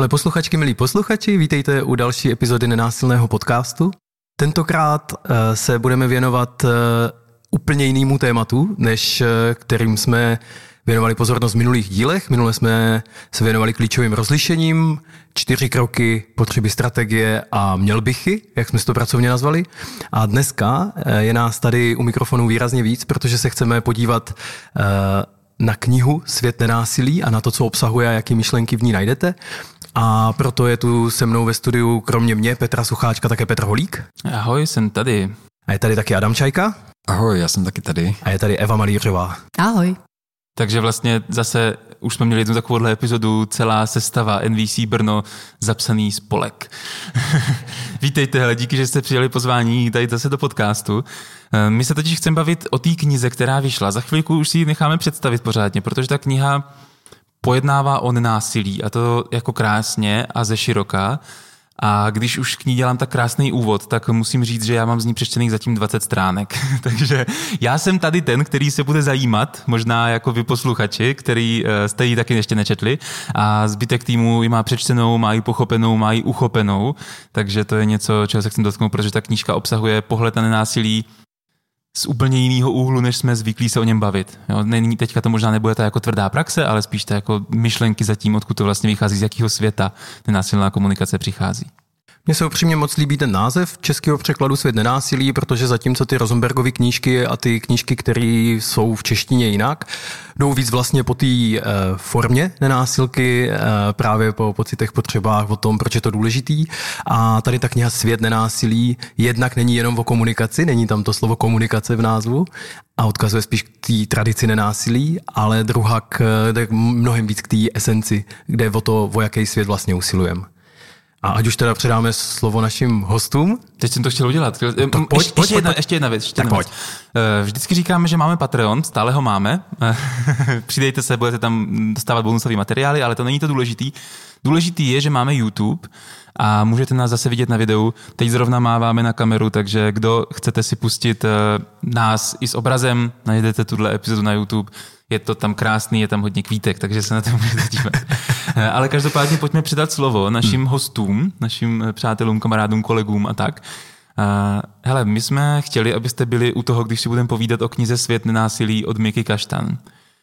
Milé posluchačky, milí posluchači, vítejte u další epizody Nenásilného podcastu. Tentokrát se budeme věnovat úplně jinému tématu, než kterým jsme věnovali pozornost v minulých dílech. Minule jsme se věnovali klíčovým rozlišením, 4 kroky, potřeby strategie a mělbichy, jak jsme si to pracovně nazvali. A dneska je nás tady u mikrofonu výrazně víc, protože se chceme podívat na knihu Svět nenásilí a na to, co obsahuje a jaký myšlenky v ní najdete. A proto je tu se mnou ve studiu kromě mě Petra Sucháčka také Petr Holík. Ahoj, jsem tady. A je tady taky Adam Čajka. Ahoj, já jsem taky tady. A je tady Eva Malířová. Ahoj. Takže vlastně zase už jsme měli jednu takovouhle epizodu, celá sestava NVC Brno, zapsaný spolek. Vítejte, hele, díky, že jste přijali pozvání tady zase do podcastu. My se totiž chceme bavit o té knize, která vyšla. Za chvilku už si ji necháme představit pořádně, protože ta kniha pojednává o nenásilí a to jako krásně a ze široka. A když už k ní dělám tak krásný úvod, tak musím říct, že já mám z ní přečtených zatím 20 stránek. Takže já jsem tady ten, který se bude zajímat, možná jako vy posluchači, který jste ji taky ještě nečetli. A zbytek týmu ji má přečtenou, má ji pochopenou, má ji uchopenou. Takže to je něco, čeho se chcem dotknout, protože ta knížka obsahuje pohled na nenásilí z úplně jiného úhlu, než jsme zvyklí se o něm bavit. Jo, teďka to možná nebude ta jako tvrdá praxe, ale spíš ta jako myšlenky za tím, odkud to vlastně vychází, z jakého světa nenásilná komunikace přichází. Mně se upřímně moc líbí ten název českého překladu Svět nenásilí, protože zatímco ty Rosenbergovy knížky a ty knížky, které jsou v češtině jinak, jdou víc vlastně po té formě nenásilky, právě po pocitech, potřebách, o tom, proč je to důležitý. A tady ta kniha Svět nenásilí jednak není jenom o komunikaci, není tam to slovo komunikace v názvu a odkazuje spíš k té tradici nenásilí, ale druhak mnohem víc k té esenci, kde o to, o jaký svět vlastně usilujeme. A ať už teda předáme slovo našim hostům. Teď jsem to chtěl udělat. Ještě jedna věc. Vždycky říkáme, že máme Patreon, stále ho máme. Přidejte se, budete tam dostávat bonusové materiály, ale to není to důležitý. Důležitý je, že máme YouTube a můžete nás zase vidět na videu. Teď zrovna máváme na kameru, takže kdo chcete si pustit nás i s obrazem, najdete tuhle epizodu na YouTube. Je to tam krásný, je tam hodně kvítek, takže se na to můžete dívat. Ale každopádně pojďme předat slovo našim hostům, našim přátelům, kamarádům, kolegům a tak. Hele, my jsme chtěli, abyste byli u toho, když si budeme povídat o knize Svět nenásilí od Miky Kaštan.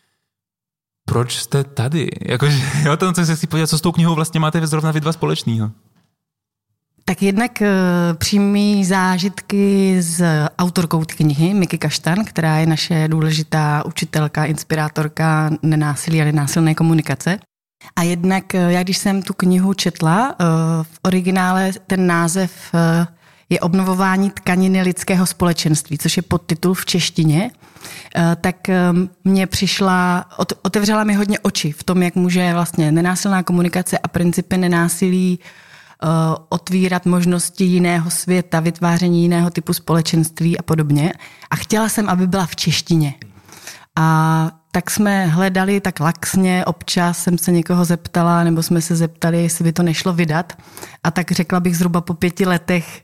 Proč jste tady? Jakože, jo, to, co se chci podívat, co s tou knihou vlastně máte zrovna vy dva společného? Tak jednak přímý zážitky s autorkou té knihy, Miky Kaštan, která je naše důležitá učitelka, inspirátorka nenásilí a nenásilné komunikace. A jednak, já když jsem tu knihu četla, v originále ten název je Obnovování tkaniny lidského společenství, což je podtitul v češtině, tak mě otevřela mi hodně oči v tom, jak může vlastně nenásilná komunikace a principy nenásilí otvírat možnosti jiného světa, vytváření jiného typu společenství a podobně. A chtěla jsem, aby byla v češtině. A tak jsme hledali tak laxně, občas jsem se někoho zeptala, nebo jsme se zeptali, jestli by to nešlo vydat. A tak řekla bych zhruba po 5 letech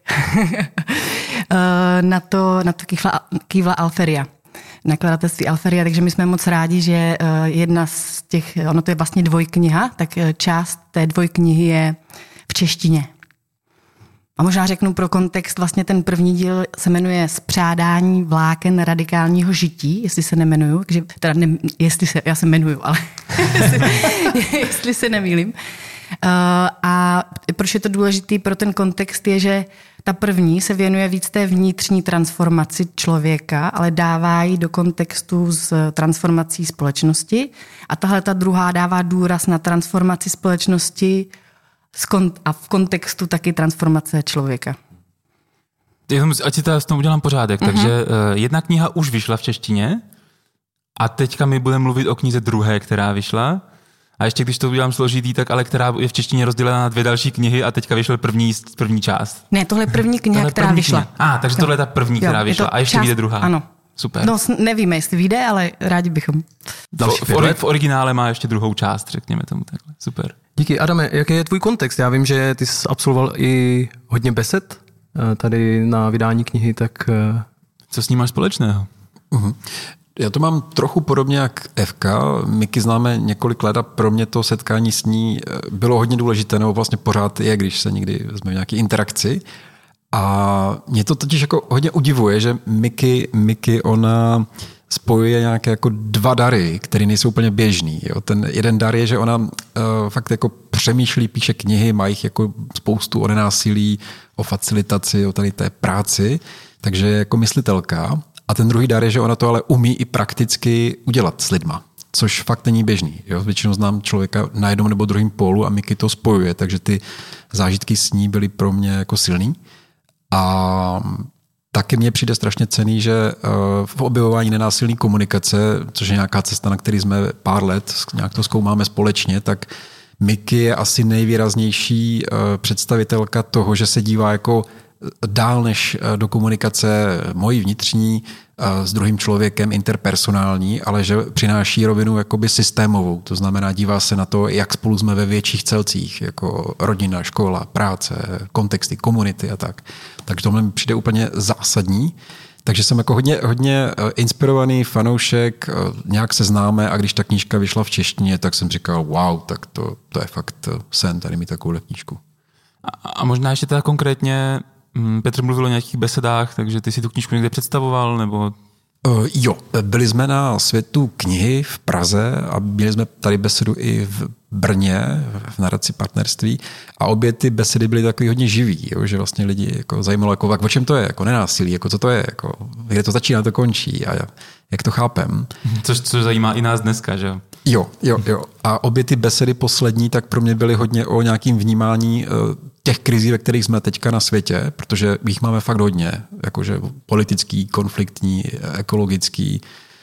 na to kývla Alferia. Nakladatelství Alferia, takže my jsme moc rádi, že jedna z těch, ono to je vlastně dvojkniha, tak část té dvojknihy je v češtině. A možná řeknu pro kontext, vlastně ten první díl se jmenuje Spřádání vláken radikálního žití, jestli se nemenuju, já se jmenuju, ale jestli se nemýlím. A proč je to důležitý pro ten kontext je, že ta první se věnuje víc té vnitřní transformaci člověka, ale dává ji do kontextu s transformací společnosti. A tahle ta druhá dává důraz na transformaci společnosti a v kontextu taky transformace člověka. Ať si s tom udělám pořádek. Takže jedna kniha už vyšla v češtině a teďka my budeme mluvit o knize druhé, která vyšla. A ještě když to udělám složitý, tak ale která je v češtině rozdělena na 2 další knihy a teďka vyšla první část. Ne, tohle je první kniha, která vyšla. Takže tohle je ta první, která vyšla a ještě vyjde druhá. Ano. Super. No, nevíme, jestli vyjde, ale rádi bychom. V originále má ještě druhou část, řekněme tomu takhle. Super. Díky. Adame, jaký je tvůj kontext? Já vím, že ty jsi absolvoval i hodně besed tady na vydání knihy, tak... Co s ním máš společného? Já to mám trochu podobně jak Evka. Miky známe několik let a pro mě to setkání s ní bylo hodně důležité, nebo vlastně pořád je, když se někdy jsme v nějaké interakci. A mě to totiž jako hodně udivuje, že Miky ona spojuje nějaké jako dva dary, které nejsou úplně běžný. Jo. Ten jeden dar je, že ona fakt jako přemýšlí, píše knihy, má jich jako spoustu o nenásilí, o facilitaci, o tady té práci, takže je jako myslitelka. A ten druhý dar je, že ona to ale umí i prakticky udělat s lidma, což fakt není běžný. Jo. Většinou znám člověka na jednom nebo druhém pólu a Miky to spojuje, takže ty zážitky s ní byly pro mě jako silný. A taky mně přijde strašně cenný, že v objevování nenásilné komunikace, což je nějaká cesta, na který jsme pár let, nějak to zkoumáme společně, tak Miky je asi nejvýraznější představitelka toho, že se dívá jako dál než do komunikace mojí vnitřní s druhým člověkem interpersonální, ale že přináší rovinu jakoby systémovou. To znamená, dívá se na to, jak spolu jsme ve větších celcích, jako rodina, škola, práce, kontexty, komunity a tak. Takže tohle mi přijde úplně zásadní. Takže jsem jako hodně inspirovaný fanoušek, nějak se známe a když ta knížka vyšla v češtině, tak jsem říkal, wow, tak to je fakt sen, tady mít takovou knížku. A možná ještě teda konkrétně, Petr mluvil o nějakých besedách, takže ty si tu knížku někde představoval, nebo... Jo, byli jsme na Světu knihy v Praze a měli jsme tady besedu i v Brně, v nadaci partnerství a obě ty besedy byly takový hodně živý, jo, že vlastně lidi jako zajímalo, jako, o čem to je, jako nenásilí, jako co to je, jako, kde to začíná, to končí a jak to chápem. Což zajímá i nás dneska, že jo? Jo. A obě ty besedy poslední tak pro mě byly hodně o nějakým vnímání těch krizí, ve kterých jsme teďka na světě, protože jich máme fakt hodně, jakože politický, konfliktní, ekologický,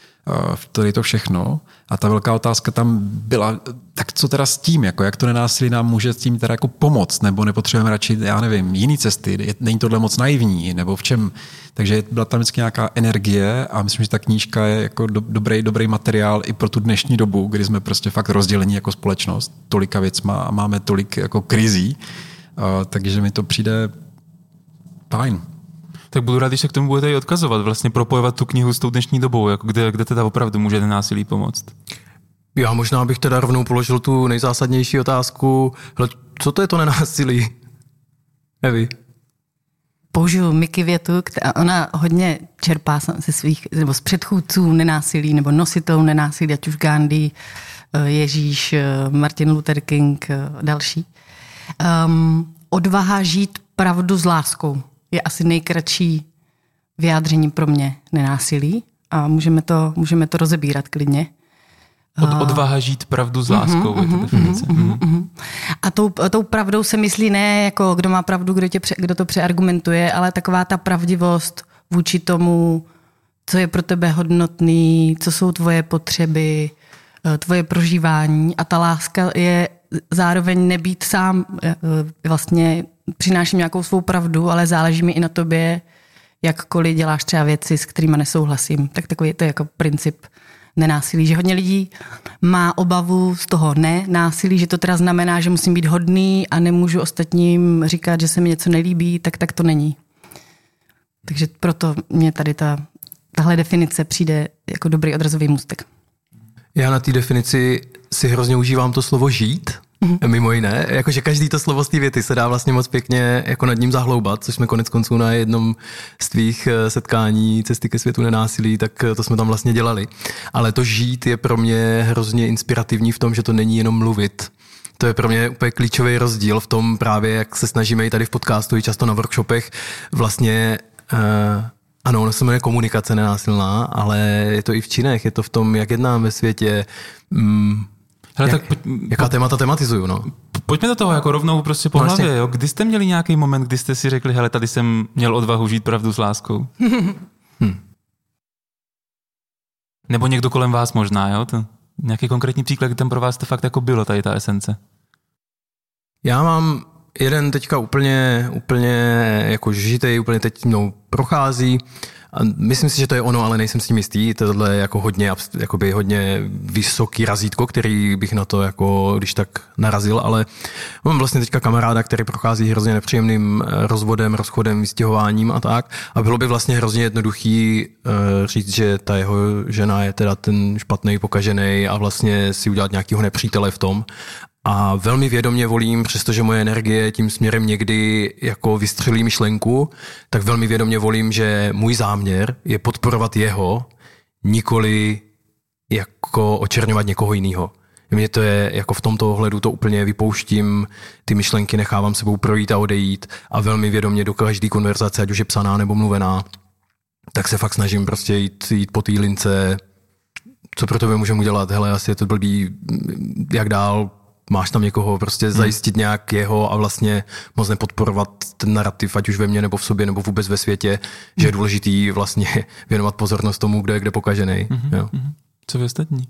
tady to všechno. A ta velká otázka tam byla, tak co teda s tím, jako jak to nenásilí nám může s tím teda jako pomoct, nebo nepotřebujeme radši, já nevím, jiný cesty, není tohle moc naivní, nebo v čem. Takže byla tam vždycky nějaká energie a myslím, že ta knížka je jako dobrý materiál i pro tu dnešní dobu, kdy jsme prostě fakt rozdělení jako společnost tolika věcma a máme tolik jako krizí, takže mi to přijde fajn. Tak budu rád, když se k tomu budete i odkazovat, vlastně propojovat tu knihu s tou dnešní dobou, jako kde teda opravdu může nenásilí pomoct. Já možná bych teda rovnou položil tu nejzásadnější otázku. Hle, co to je to nenásilí? Evi? Použiju Miky větu, ona hodně čerpá ze svých, nebo z předchůdců nenásilí, nebo nositelů nenásilí, ať už Gandhi, Ježíš, Martin Luther King, další. Odvaha žít pravdu s láskou je asi nejkratší vyjádření pro mě nenásilí a můžeme to rozebírat klidně. Odvaha žít pravdu s láskou je to definice. A tou pravdou se myslí ne jako kdo má pravdu, kdo to přeargumentuje, ale taková ta pravdivost vůči tomu, co je pro tebe hodnotný, co jsou tvoje potřeby, tvoje prožívání a ta láska je zároveň nebýt sám, vlastně přináším nějakou svou pravdu, ale záleží mi i na tobě, jakkoliv děláš třeba věci, s kterými nesouhlasím. Tak takový to je jako princip nenásilí, že hodně lidí má obavu z toho nenásilí, že to teda znamená, že musím být hodný a nemůžu ostatním říkat, že se mi něco nelíbí, tak to není. Takže proto mě tady tahle definice přijde jako dobrý odrazový můstek. Já na té definici si hrozně užívám to slovo žít, mimo jiné, jakože každý to slovo z té věty se dá vlastně moc pěkně jako nad ním zahloubat, což jsme konec konců na jednom z tvých setkání Cesty ke světu nenásilí, tak to jsme tam vlastně dělali. Ale to žít je pro mě hrozně inspirativní v tom, že to není jenom mluvit. To je pro mě úplně klíčový rozdíl v tom právě, jak se snažíme i tady v podcastu, i často na workshopech vlastně... Ano, ono se jmenuje komunikace nenásilná, ale je to i v činech, je to v tom, jak jednám ve světě, Hele, jaká témata tematizuju, no. Pojďme do toho jako rovnou prostě po hlavě, jo. Kdy jste měli nějaký moment, kdy jste si řekli, hele, tady jsem měl odvahu žít pravdu s láskou? Nebo někdo kolem vás možná, jo? Nějaký konkrétní příklad, kdy tam pro vás to fakt jako bylo, tady ta esence? Já mám jeden teďka úplně jako žitej, úplně teď mnou prochází A myslím si, že to je ono, ale nejsem s tím jistý. Tohle je jako hodně vysoký razítko, který bych na to jako když tak narazil, ale mám vlastně teďka kamaráda, který prochází hrozně nepříjemným rozchodem, vystěhováním a tak. A bylo by vlastně hrozně jednoduchý říct, že ta jeho žena je teda ten špatný, pokažený a vlastně si udělat nějakého nepřítele v tom. A velmi vědomě volím, přestože moje energie tím směrem někdy jako vystřelí myšlenku, tak velmi vědomě volím, že můj záměr je podporovat jeho, nikoli jako očerňovat někoho jiného. Mně to je, jako v tomto ohledu to úplně vypouštím, ty myšlenky nechávám sebou projít a odejít a velmi vědomě do každé konverzace, ať už je psaná nebo mluvená, tak se fakt snažím prostě jít po té lince, co pro tebe můžeme udělat, hele, asi je to blbý, jak dál, máš tam někoho, prostě zajistit nějak jeho a vlastně moc nepodporovat ten narrativ, ať už ve mně nebo v sobě nebo vůbec ve světě, že je důležitý vlastně věnovat pozornost tomu, kdo je kde pokažený. Co vy ostatní?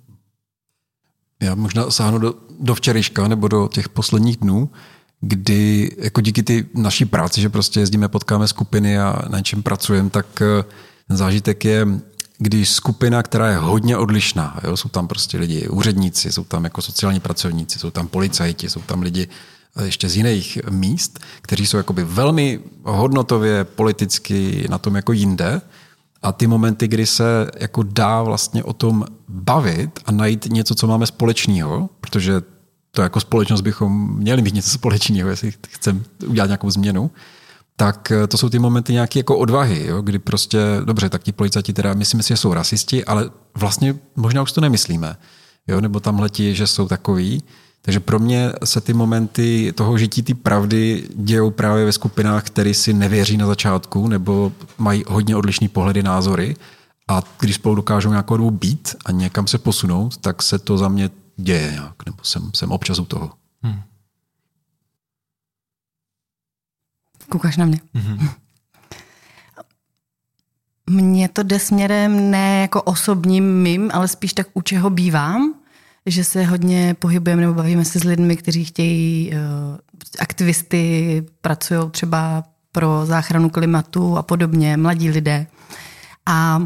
Já možná sáhnu do včerejška nebo do těch posledních dnů, kdy jako díky ty naší práci, že prostě jezdíme, potkáme skupiny a na něčem pracujeme, tak ten zážitek je, když skupina, která je hodně odlišná, jo, jsou tam prostě lidi, úředníci, jsou tam jako sociální pracovníci, jsou tam policajti, jsou tam lidi ještě z jiných míst, kteří jsou jakoby velmi hodnotově, politicky na tom jako jinde. A ty momenty, kdy se jako dá vlastně o tom bavit a najít něco, co máme společného, protože to jako společnost bychom měli mít něco společného, jestli chceme udělat nějakou změnu, tak to jsou ty momenty nějaké jako odvahy, jo, kdy prostě, dobře, tak ti policajti teda myslíme si, že jsou rasisti, ale vlastně možná už to nemyslíme, jo, nebo tamhle ti, že jsou takový. Takže pro mě se ty momenty toho žití ty pravdy dějou právě ve skupinách, které si nevěří na začátku nebo mají hodně odlišný pohledy, názory a když spolu dokážou nějakou dobu být a někam se posunout, tak se to za mě děje nějak, nebo jsem občas u toho. Koukáš na mě. Mně to jde směrem ne jako osobním mým, ale spíš tak, u čeho bývám, že se hodně pohybujeme nebo bavíme se s lidmi, kteří chtějí aktivisty, pracují třeba pro záchranu klimatu a podobně, mladí lidé. A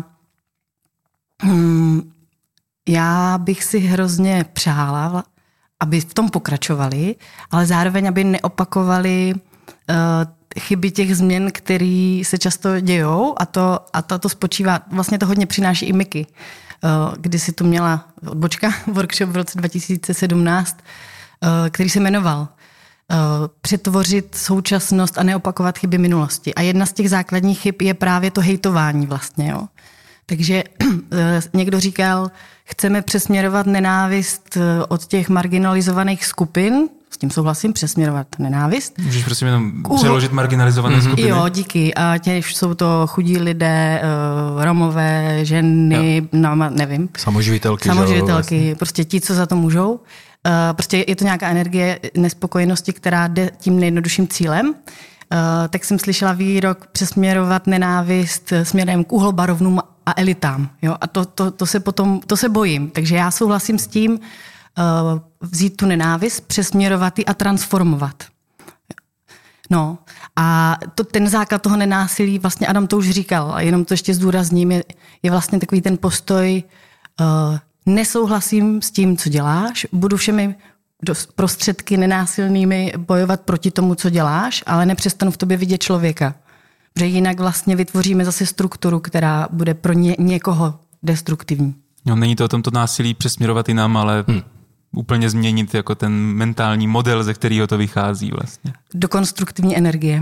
já bych si hrozně přála, aby v tom pokračovali, ale zároveň, aby neopakovali chyby těch změn, které se často dějou a to spočívá, vlastně to hodně přináší i Miky. Kdy si tu měla odbočka, workshop v roce 2017, který se jmenoval Přetvořit současnost a neopakovat chyby minulosti. A jedna z těch základních chyb je právě to hejtování vlastně. Jo? Takže někdo říkal, chceme přesměrovat nenávist od těch marginalizovaných skupin, s tím souhlasím, přesměrovat nenávist. Můžeš prosím jenom přeložit marginalizované skupiny? Jo, díky. A těž jsou to chudí lidé, Romové, ženy, no, nevím. Samoživitelky, prostě ti, co za to můžou. Prostě je to nějaká energie nespokojenosti, která jde tím nejjednodušším cílem. Tak jsem slyšela výrok přesměrovat nenávist směrem k uhlobarovnům a elitám. Jo? A to se bojím. Takže já souhlasím s tím, vzít tu nenávist, přesměrovat ji a transformovat. No a ten základ toho nenásilí, vlastně Adam to už říkal, a jenom to ještě zdůrazním, je vlastně takový ten postoj, nesouhlasím s tím, co děláš, budu všemi prostředky nenásilnými bojovat proti tomu, co děláš, ale nepřestanu v tobě vidět člověka. Protože jinak vlastně vytvoříme zase strukturu, která bude pro někoho destruktivní. No, není to o tomto násilí přesměrovat jinam, ale úplně změnit jako ten mentální model, ze kterého to vychází vlastně. Do konstruktivní energie.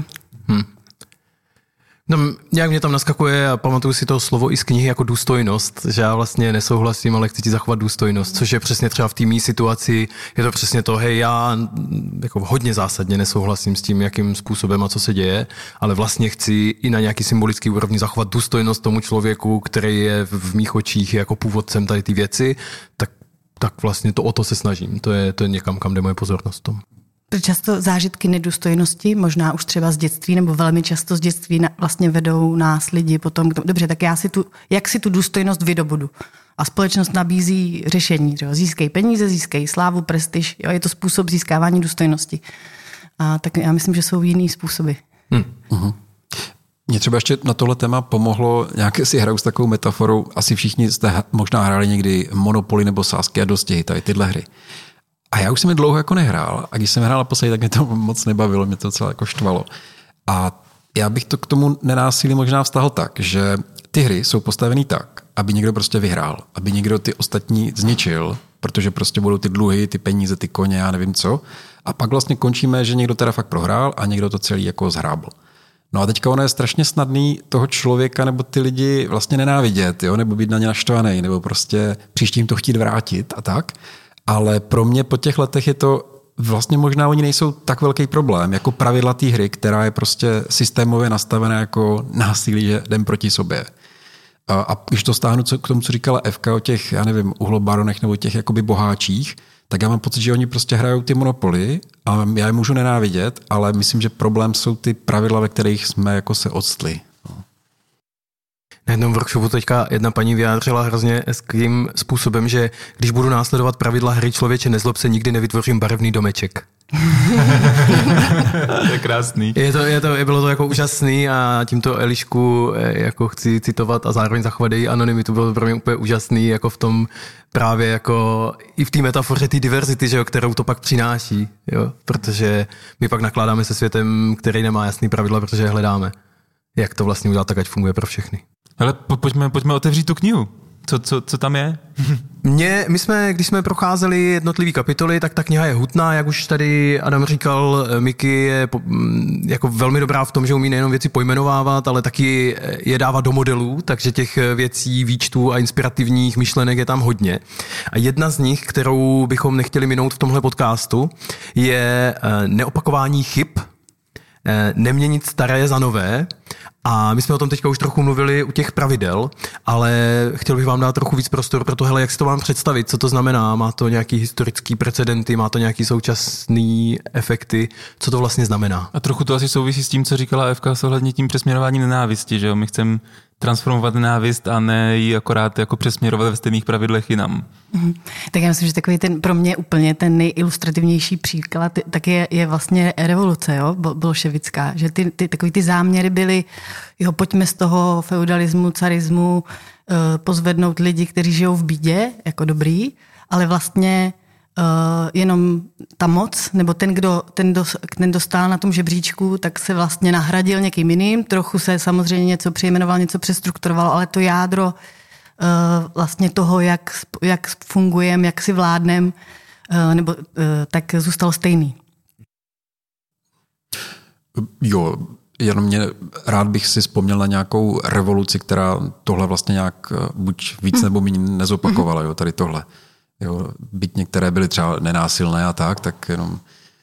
No, nějak mě tam naskakuje a pamatuju si to slovo i z knihy jako důstojnost, že já vlastně nesouhlasím, ale chci ti zachovat důstojnost, což je přesně třeba v té mý situaci, je to přesně to, hej, já jako hodně zásadně nesouhlasím s tím, jakým způsobem a co se děje, ale vlastně chci i na nějaký symbolický úrovni zachovat důstojnost tomu člověku, který je v mých očích jako původcem tady ty věci, tak vlastně o to se snažím, to je někam, kam jde moje pozornost v tom. Často zážitky nedůstojnosti, možná už třeba z dětství, nebo velmi často z dětství vlastně vedou nás lidi potom. Dobře, tak jak si tu důstojnost vydobudu? A společnost nabízí řešení. Získej peníze, získej slávu, prestiž. Jo, je to způsob získávání důstojnosti. A tak já myslím, že jsou jiný způsoby. Mě třeba ještě na tohle téma pomohlo, nějaké si hraju s takovou metaforou, asi všichni jste možná hráli někdy Monopoly nebo Sázky a Dosti, tady tyhle hry. A já už jsem je dlouho jako nehrál a když jsem hrál naposledy, tak mě to moc nebavilo, mě to celé jako štvalo. A já bych to k tomu nenásilí možná vztahl tak, že ty hry jsou postavený tak, aby někdo prostě vyhrál, aby někdo ty ostatní zničil, protože prostě budou ty dluhy, ty peníze, ty koně, já nevím co. A pak vlastně končíme, že někdo teda fakt prohrál a někdo to celý jako zhrábl. No a teďka ono je strašně snadný toho člověka nebo ty lidi vlastně nenávidět, jo? Nebo být na ně naštvaný, nebo prostě příště jim to chtít vrátit a tak. Ale pro mě po těch letech je to vlastně možná oni nejsou tak velký problém, jako pravidla té hry, která je prostě systémově nastavená jako násilí, že jdem proti sobě. A když to stáhnu k tomu, co říkala Evka o těch, já nevím, uhlobaronech nebo těch jakoby boháčích, tak já mám pocit, že oni prostě hrajou ty monopoly a já je můžu nenávidět, ale myslím, že problém jsou ty pravidla, ve kterých jsme jako se odstli. Na jednom workshopu teďka jedna paní vyjádřila hrozně hezkým způsobem, že když budu následovat pravidla hry člověče nezlob se, nikdy nevytvořím barevný domeček. To je krásný. Bylo to jako úžasný a tímto Elišku jako chci citovat a zároveň zachovat její anonymitu, bylo to pro mě úplně úžasný jako v tom právě jako i v té metafoře té diverzity, že jo, kterou to pak přináší, jo, protože my pak nakládáme se světem, který nemá jasný pravidla, protože hledáme, jak to vlastně udělat tak, ať funguje pro všechny. Ale pojďme otevřít tu knihu. Co tam je? Když jsme procházeli jednotlivý kapitoly, tak ta kniha je hutná, jak už tady Adam říkal, Miky je jako velmi dobrá v tom, že umí nejenom věci pojmenovávat, ale taky je dávat do modelů, takže těch věcí, výčtů a inspirativních myšlenek je tam hodně. A jedna z nich, kterou bychom nechtěli minout v tomhle podcastu, je neopakování chyb, neměnit staré za nové. A my jsme o tom teďka už trochu mluvili u těch pravidel, ale chtěl bych vám dát trochu víc prostoru pro to, hele, jak si to mám představit, co to znamená, má to nějaký historický precedenty, má to nějaký současný efekty, co to vlastně znamená. A trochu to asi souvisí s tím, co říkala Evka ohledně tím přesměrováním nenávisti, že jo, my chceme transformovat nenávist a ne ji akorát jako přesměrovat ve stejných pravidlech jinam. Tak já myslím, že takový ten pro mě úplně ten nejilustrativnější příklad tak je vlastně revoluce, jo, bolševická, že takový ty záměry byly, jo, pojďme z toho feudalismu, carismu pozvednout lidi, kteří žijou v bídě, jako dobrý, ale vlastně jenom ta moc, nebo ten stál na tom žebříčku, tak se vlastně nahradil někým jiným, trochu se samozřejmě něco přejmenoval, něco přestrukturoval, ale to jádro vlastně toho, jak fungujeme, jak si vládnem, tak zůstalo stejný. Jo, jenom rád bych si vzpomněl na nějakou revoluci, která tohle vlastně nějak buď víc nebo méně nezopakovala, jo, tady tohle. Jo, byť některé byly třeba nenásilné a tak jenom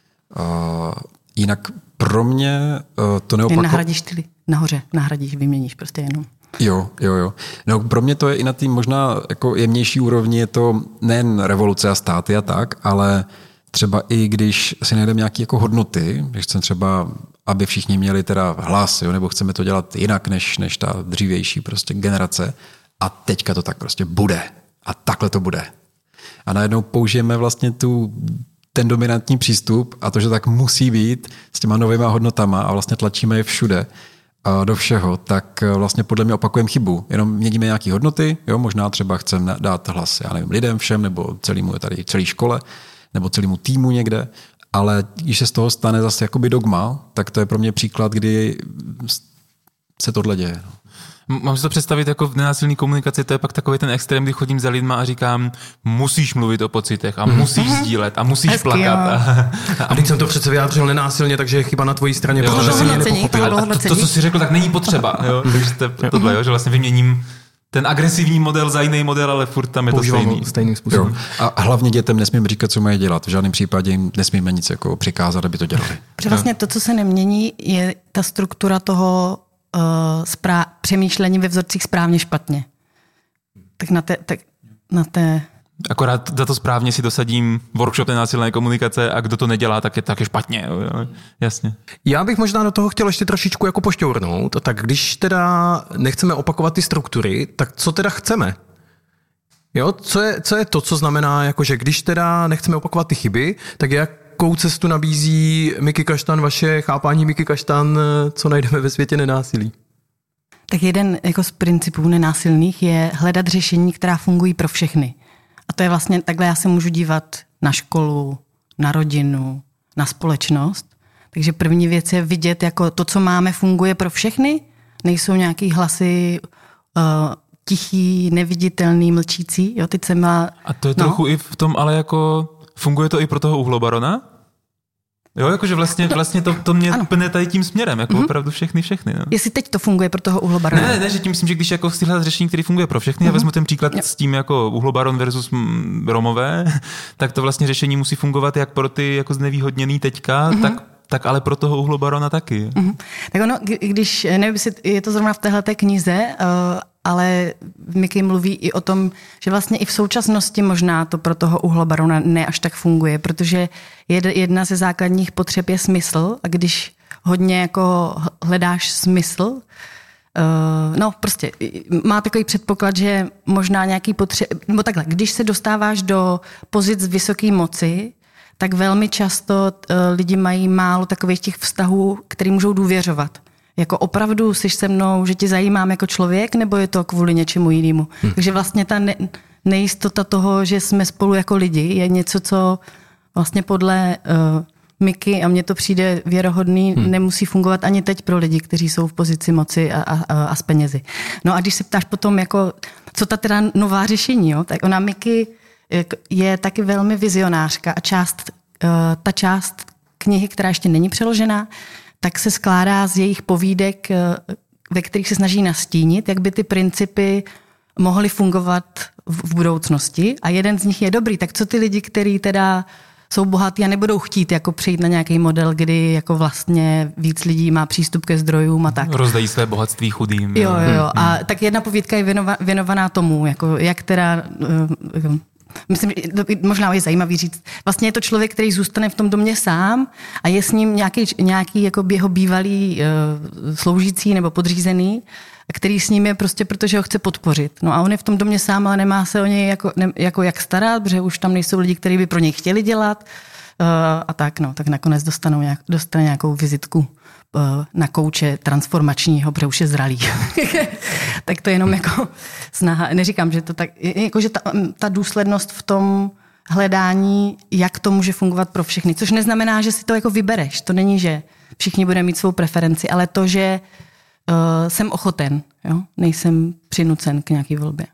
jinak pro mě to neopakovalo. Nahradíš ty nahoře, vyměníš prostě jenom. Jo. No, pro mě to je i na tým možná jako jemnější úrovni, je to nejen revoluce a státy a tak, ale třeba i když si najdeme nějaké jako hodnoty, když chceme třeba, aby všichni měli teda hlas, jo, nebo chceme to dělat jinak než ta dřívější prostě generace a teďka to tak prostě bude a takhle to bude. A najednou použijeme vlastně ten dominantní přístup a to, že tak musí být s těma novýma hodnotama a vlastně tlačíme je všude do všeho, tak vlastně podle mě opakujeme chybu. Jenom měníme nějaké hodnoty, jo, možná třeba chceme dát hlas, já nevím, lidem všem nebo celé škole nebo celému týmu někde, ale když se z toho stane zase jakoby dogma, tak to je pro mě příklad, kdy se tohle děje. Mám si to představit jako v nenásilné komunikaci, to je pak takový ten extrém, kdy chodím za lidma a říkám, musíš mluvit o pocitech a musíš sdílet a musíš hezky, plakat. A teď jsem to přece vyjádřil nenásilně, takže je chyba na tvojí straně, protože si mě nepochopil. A to, co jsi řekl, tak není potřeba. Jo? Takže tohle, jo? Že vlastně vyměním ten agresivní model za jiný model, ale furt tam je to stejným způsobem. Jo. A hlavně dětem nesmíme říkat, co mají dělat. V žádném případě jim nesmíme nic jako přikázat, aby to dělali. Protože vlastně to, co se nemění, je ta struktura toho přemýšlení ve vzorcích správně špatně. Tak na té... Akorát za to správně si dosadím workshop nenásilné komunikace a kdo to nedělá, tak je špatně. Jo? Jasně. Já bych možná do toho chtěl ještě trošičku jako pošťournout. Tak když teda nechceme opakovat ty struktury, tak co teda chceme? Jo? Co je to, co znamená, jako, že když teda nechceme opakovat ty chyby, tak jakou cestu nabízí Miky Kaštan, vaše chápání Miky Kaštan, co najdeme ve světě nenásilí? Tak jeden jako z principů nenásilných je hledat řešení, která fungují pro všechny. A to je vlastně, takhle já se můžu dívat na školu, na rodinu, na společnost. Takže první věc je vidět, jako to, co máme, funguje pro všechny. Nejsou nějaký hlasy tichý, neviditelný, mlčící. Jo, teď jsem A to je trochu i v tom, ale jako funguje to i pro toho uhlobarona? Jo, jakože vlastně to mě pne tady tím směrem, jako opravdu všechny. No. Jestli teď to funguje pro toho uhlobarona? Ne, že tím myslím, že když jako chci hledat řešení, který funguje pro všechny, já vezmu ten příklad s tím jako uhlobaron versus Romové, tak to vlastně řešení musí fungovat jak pro ty jako znevýhodněný teďka, tak ale pro toho uhlobarona taky. Tak ono, když, nevím, je to zrovna v téhleté knize, ale Mickey mluví i o tom, že vlastně i v současnosti možná to pro toho uhlobarona ne až tak funguje, protože jedna ze základních potřeb je smysl a když hodně jako hledáš smysl, prostě má takový předpoklad, že možná nějaký nebo takhle, když se dostáváš do pozic vysoké moci, tak velmi často lidi mají málo takových těch vztahů, který můžou důvěřovat. Jako opravdu jsi se mnou, že tě zajímám jako člověk, nebo je to kvůli něčemu jinému? Takže vlastně ta nejistota toho, že jsme spolu jako lidi, je něco, co vlastně podle Mickey, a mně to přijde věrohodný, nemusí fungovat ani teď pro lidi, kteří jsou v pozici moci a s penězi. No a když se ptáš potom, jako, co ta teda nová řešení, jo? Tak ona Mickey je taky velmi vizionářka a ta část knihy, která ještě není přeložená, tak se skládá z jejich povídek, ve kterých se snaží nastínit, jak by ty principy mohly fungovat v budoucnosti. A jeden z nich je dobrý. Tak co ty lidi, kteří teda jsou bohatí a nebudou chtít jako přejít na nějaký model, kdy jako vlastně víc lidí má přístup ke zdrojům a tak. Rozdají své bohatství chudým. Jo. A tak jedna povídka je věnovaná tomu, jako jak teda... Myslím, že možná je zajímavý říct. Vlastně je to člověk, který zůstane v tom domě sám a je s ním nějaký jako jeho bývalý sloužící nebo podřízený, který s ním je prostě, protože ho chce podpořit. No a on je v tom domě sám, ale nemá se o něj jako jak starat, protože už tam nejsou lidi, kteří by pro něj chtěli dělat a tak. No, tak nakonec dostane nějakou vizitku na kouče transformačního, protože už je zralý. Tak to je jenom jako snaha. Neříkám, že to tak, jako že ta důslednost v tom hledání, jak to může fungovat pro všechny. Což neznamená, že si to jako vybereš. To není, že všichni budeme mít svou preferenci, ale to, že jsem ochoten, jo? Nejsem přinucen k nějaký volbě.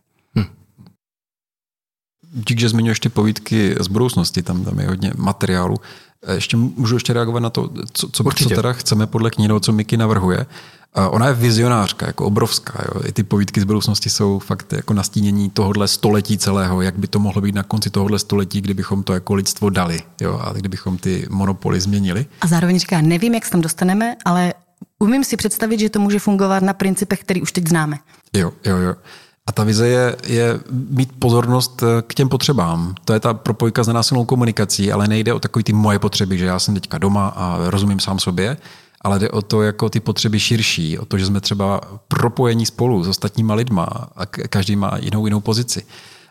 Díky, že zmiňuješ ty povídky z budoucnosti, tam je hodně materiálu. Můžu ještě reagovat na to, co teda chceme podle knihy, co Mickey navrhuje. Ona je vizionářka, jako obrovská. Jo. I ty povídky z budoucnosti jsou fakt jako nastínění tohohle století celého, jak by to mohlo být na konci tohohle století, kdybychom to jako lidstvo dali, jo, a kdybychom ty monopoly změnili. A zároveň říká, nevím, jak se tam dostaneme, ale umím si představit, že to může fungovat na principech, který už teď známe. Jo. A ta vize je mít pozornost k těm potřebám. To je ta propojka s nenásilnou komunikací, ale nejde o takový ty moje potřeby, že já jsem teďka doma a rozumím sám sobě, ale jde o to jako ty potřeby širší, o to, že jsme třeba propojení spolu s ostatníma lidma a každý má jinou pozici.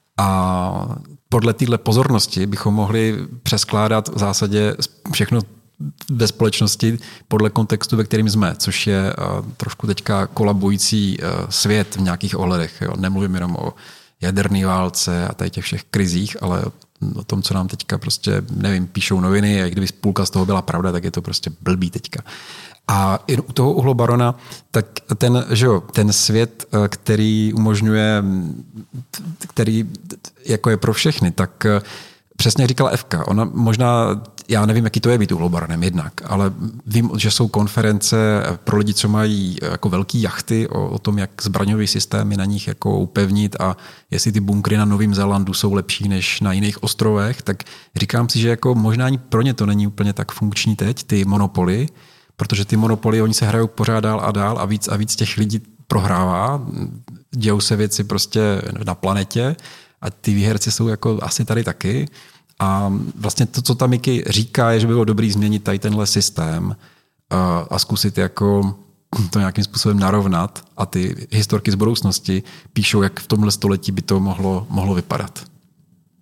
A podle téhle pozornosti bychom mohli přeskládat v zásadě všechno ve společnosti podle kontextu, ve kterým jsme, což je trošku teďka kolabující svět v nějakých ohledech. Jo. Nemluvím jenom o jaderné válce a tady těch všech krizích, ale o tom, co nám teďka prostě, nevím, píšou noviny a kdyby půlka z toho byla pravda, tak je to prostě blbý teďka. A i u toho uhlobarona, tak ten svět, který umožňuje, který jako je pro všechny, tak přesně říkala Evka, ona možná, já nevím, jaký to je být uhlobaronem jednak, ale vím, že jsou konference pro lidi, co mají jako velký jachty o tom, jak zbraňové systémy na nich jako upevnit a jestli ty bunkry na Novém Zélandu jsou lepší než na jiných ostrovech, tak říkám si, že jako možná ani pro ně to není úplně tak funkční teď, ty monopoly, protože ty monopoly, oni se hrajou pořád dál a víc těch lidí prohrává, dějou se věci prostě na planetě a ty výherci jsou jako asi tady taky. A vlastně to, co tam Mickey říká, je, že by bylo dobrý změnit tady tenhle systém a zkusit jako to nějakým způsobem narovnat a ty historky z budoucnosti píšou, jak v tomhle století by to mohlo vypadat.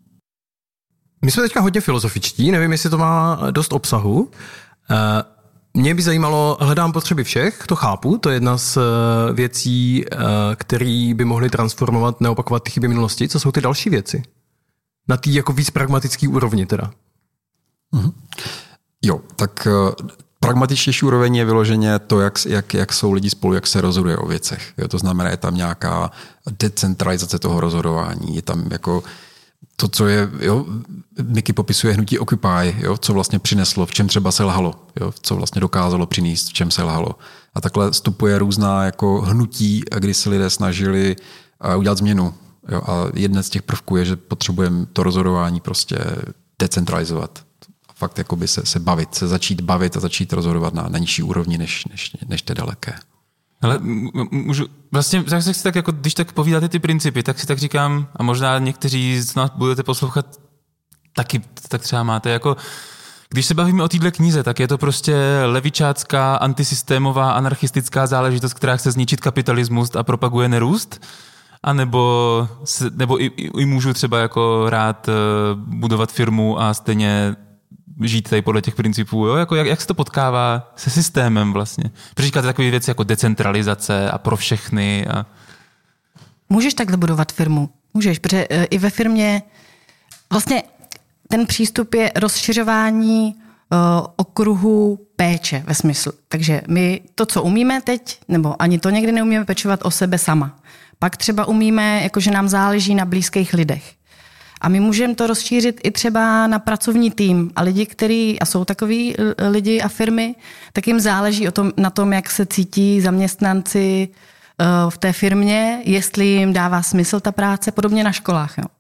My jsme teďka hodně filozofičtí, nevím, jestli to má dost obsahu. Mě by zajímalo, hledám potřeby všech, to chápu, to je jedna z věcí, které by mohly transformovat, neopakovat ty chyby minulosti. Co jsou ty další věci? Na té jako víc pragmatický úrovni teda. Mm-hmm. Jo, tak pragmatičtější úroveň je vyloženě to, jak jsou lidi spolu, jak se rozhoduje o věcech. Jo, to znamená, je tam nějaká decentralizace toho rozhodování, je tam jako to, co je, jo, Miky popisuje hnutí Occupy, jo, co vlastně přineslo, v čem třeba selhalo, jo, co vlastně dokázalo přinést, v čem selhalo. A takhle vstupuje různá jako hnutí, kdy se lidé snažili udělat změnu. Jo, a jeden z těch prvků je, že potřebujeme to rozhodování prostě decentralizovat. Fakt jakoby se bavit, se začít bavit a začít rozhodovat na nižší úrovni než té daleké. Ale můžu, vlastně, si tak jako, když tak povídáte ty principy, tak si tak říkám, a možná někteří z nás budete poslouchat taky, tak třeba máte jako, když se bavíme o téhle knize, tak je to prostě levičácká, antisystémová, anarchistická záležitost, která chce zničit kapitalismus a propaguje nerůst? A nebo i můžu třeba jako rád budovat firmu a stejně žít tady podle těch principů, jo? Jako jak se to potkává se systémem vlastně? Protože říkáte takové věci jako decentralizace a pro všechny. A... Můžeš takhle budovat firmu. Můžeš, protože i ve firmě vlastně ten přístup je rozšiřování okruhu péče ve smyslu. Takže my to, co umíme teď, nebo ani to někdy neumíme pečovat o sebe sama. Pak třeba umíme, jakože nám záleží na blízkých lidech. A my můžeme to rozšířit i třeba na pracovní tým. A lidi, kteří jsou takový lidi a firmy, tak jim záleží na tom, jak se cítí zaměstnanci v té firmě, jestli jim dává smysl ta práce, podobně na školách. Jo.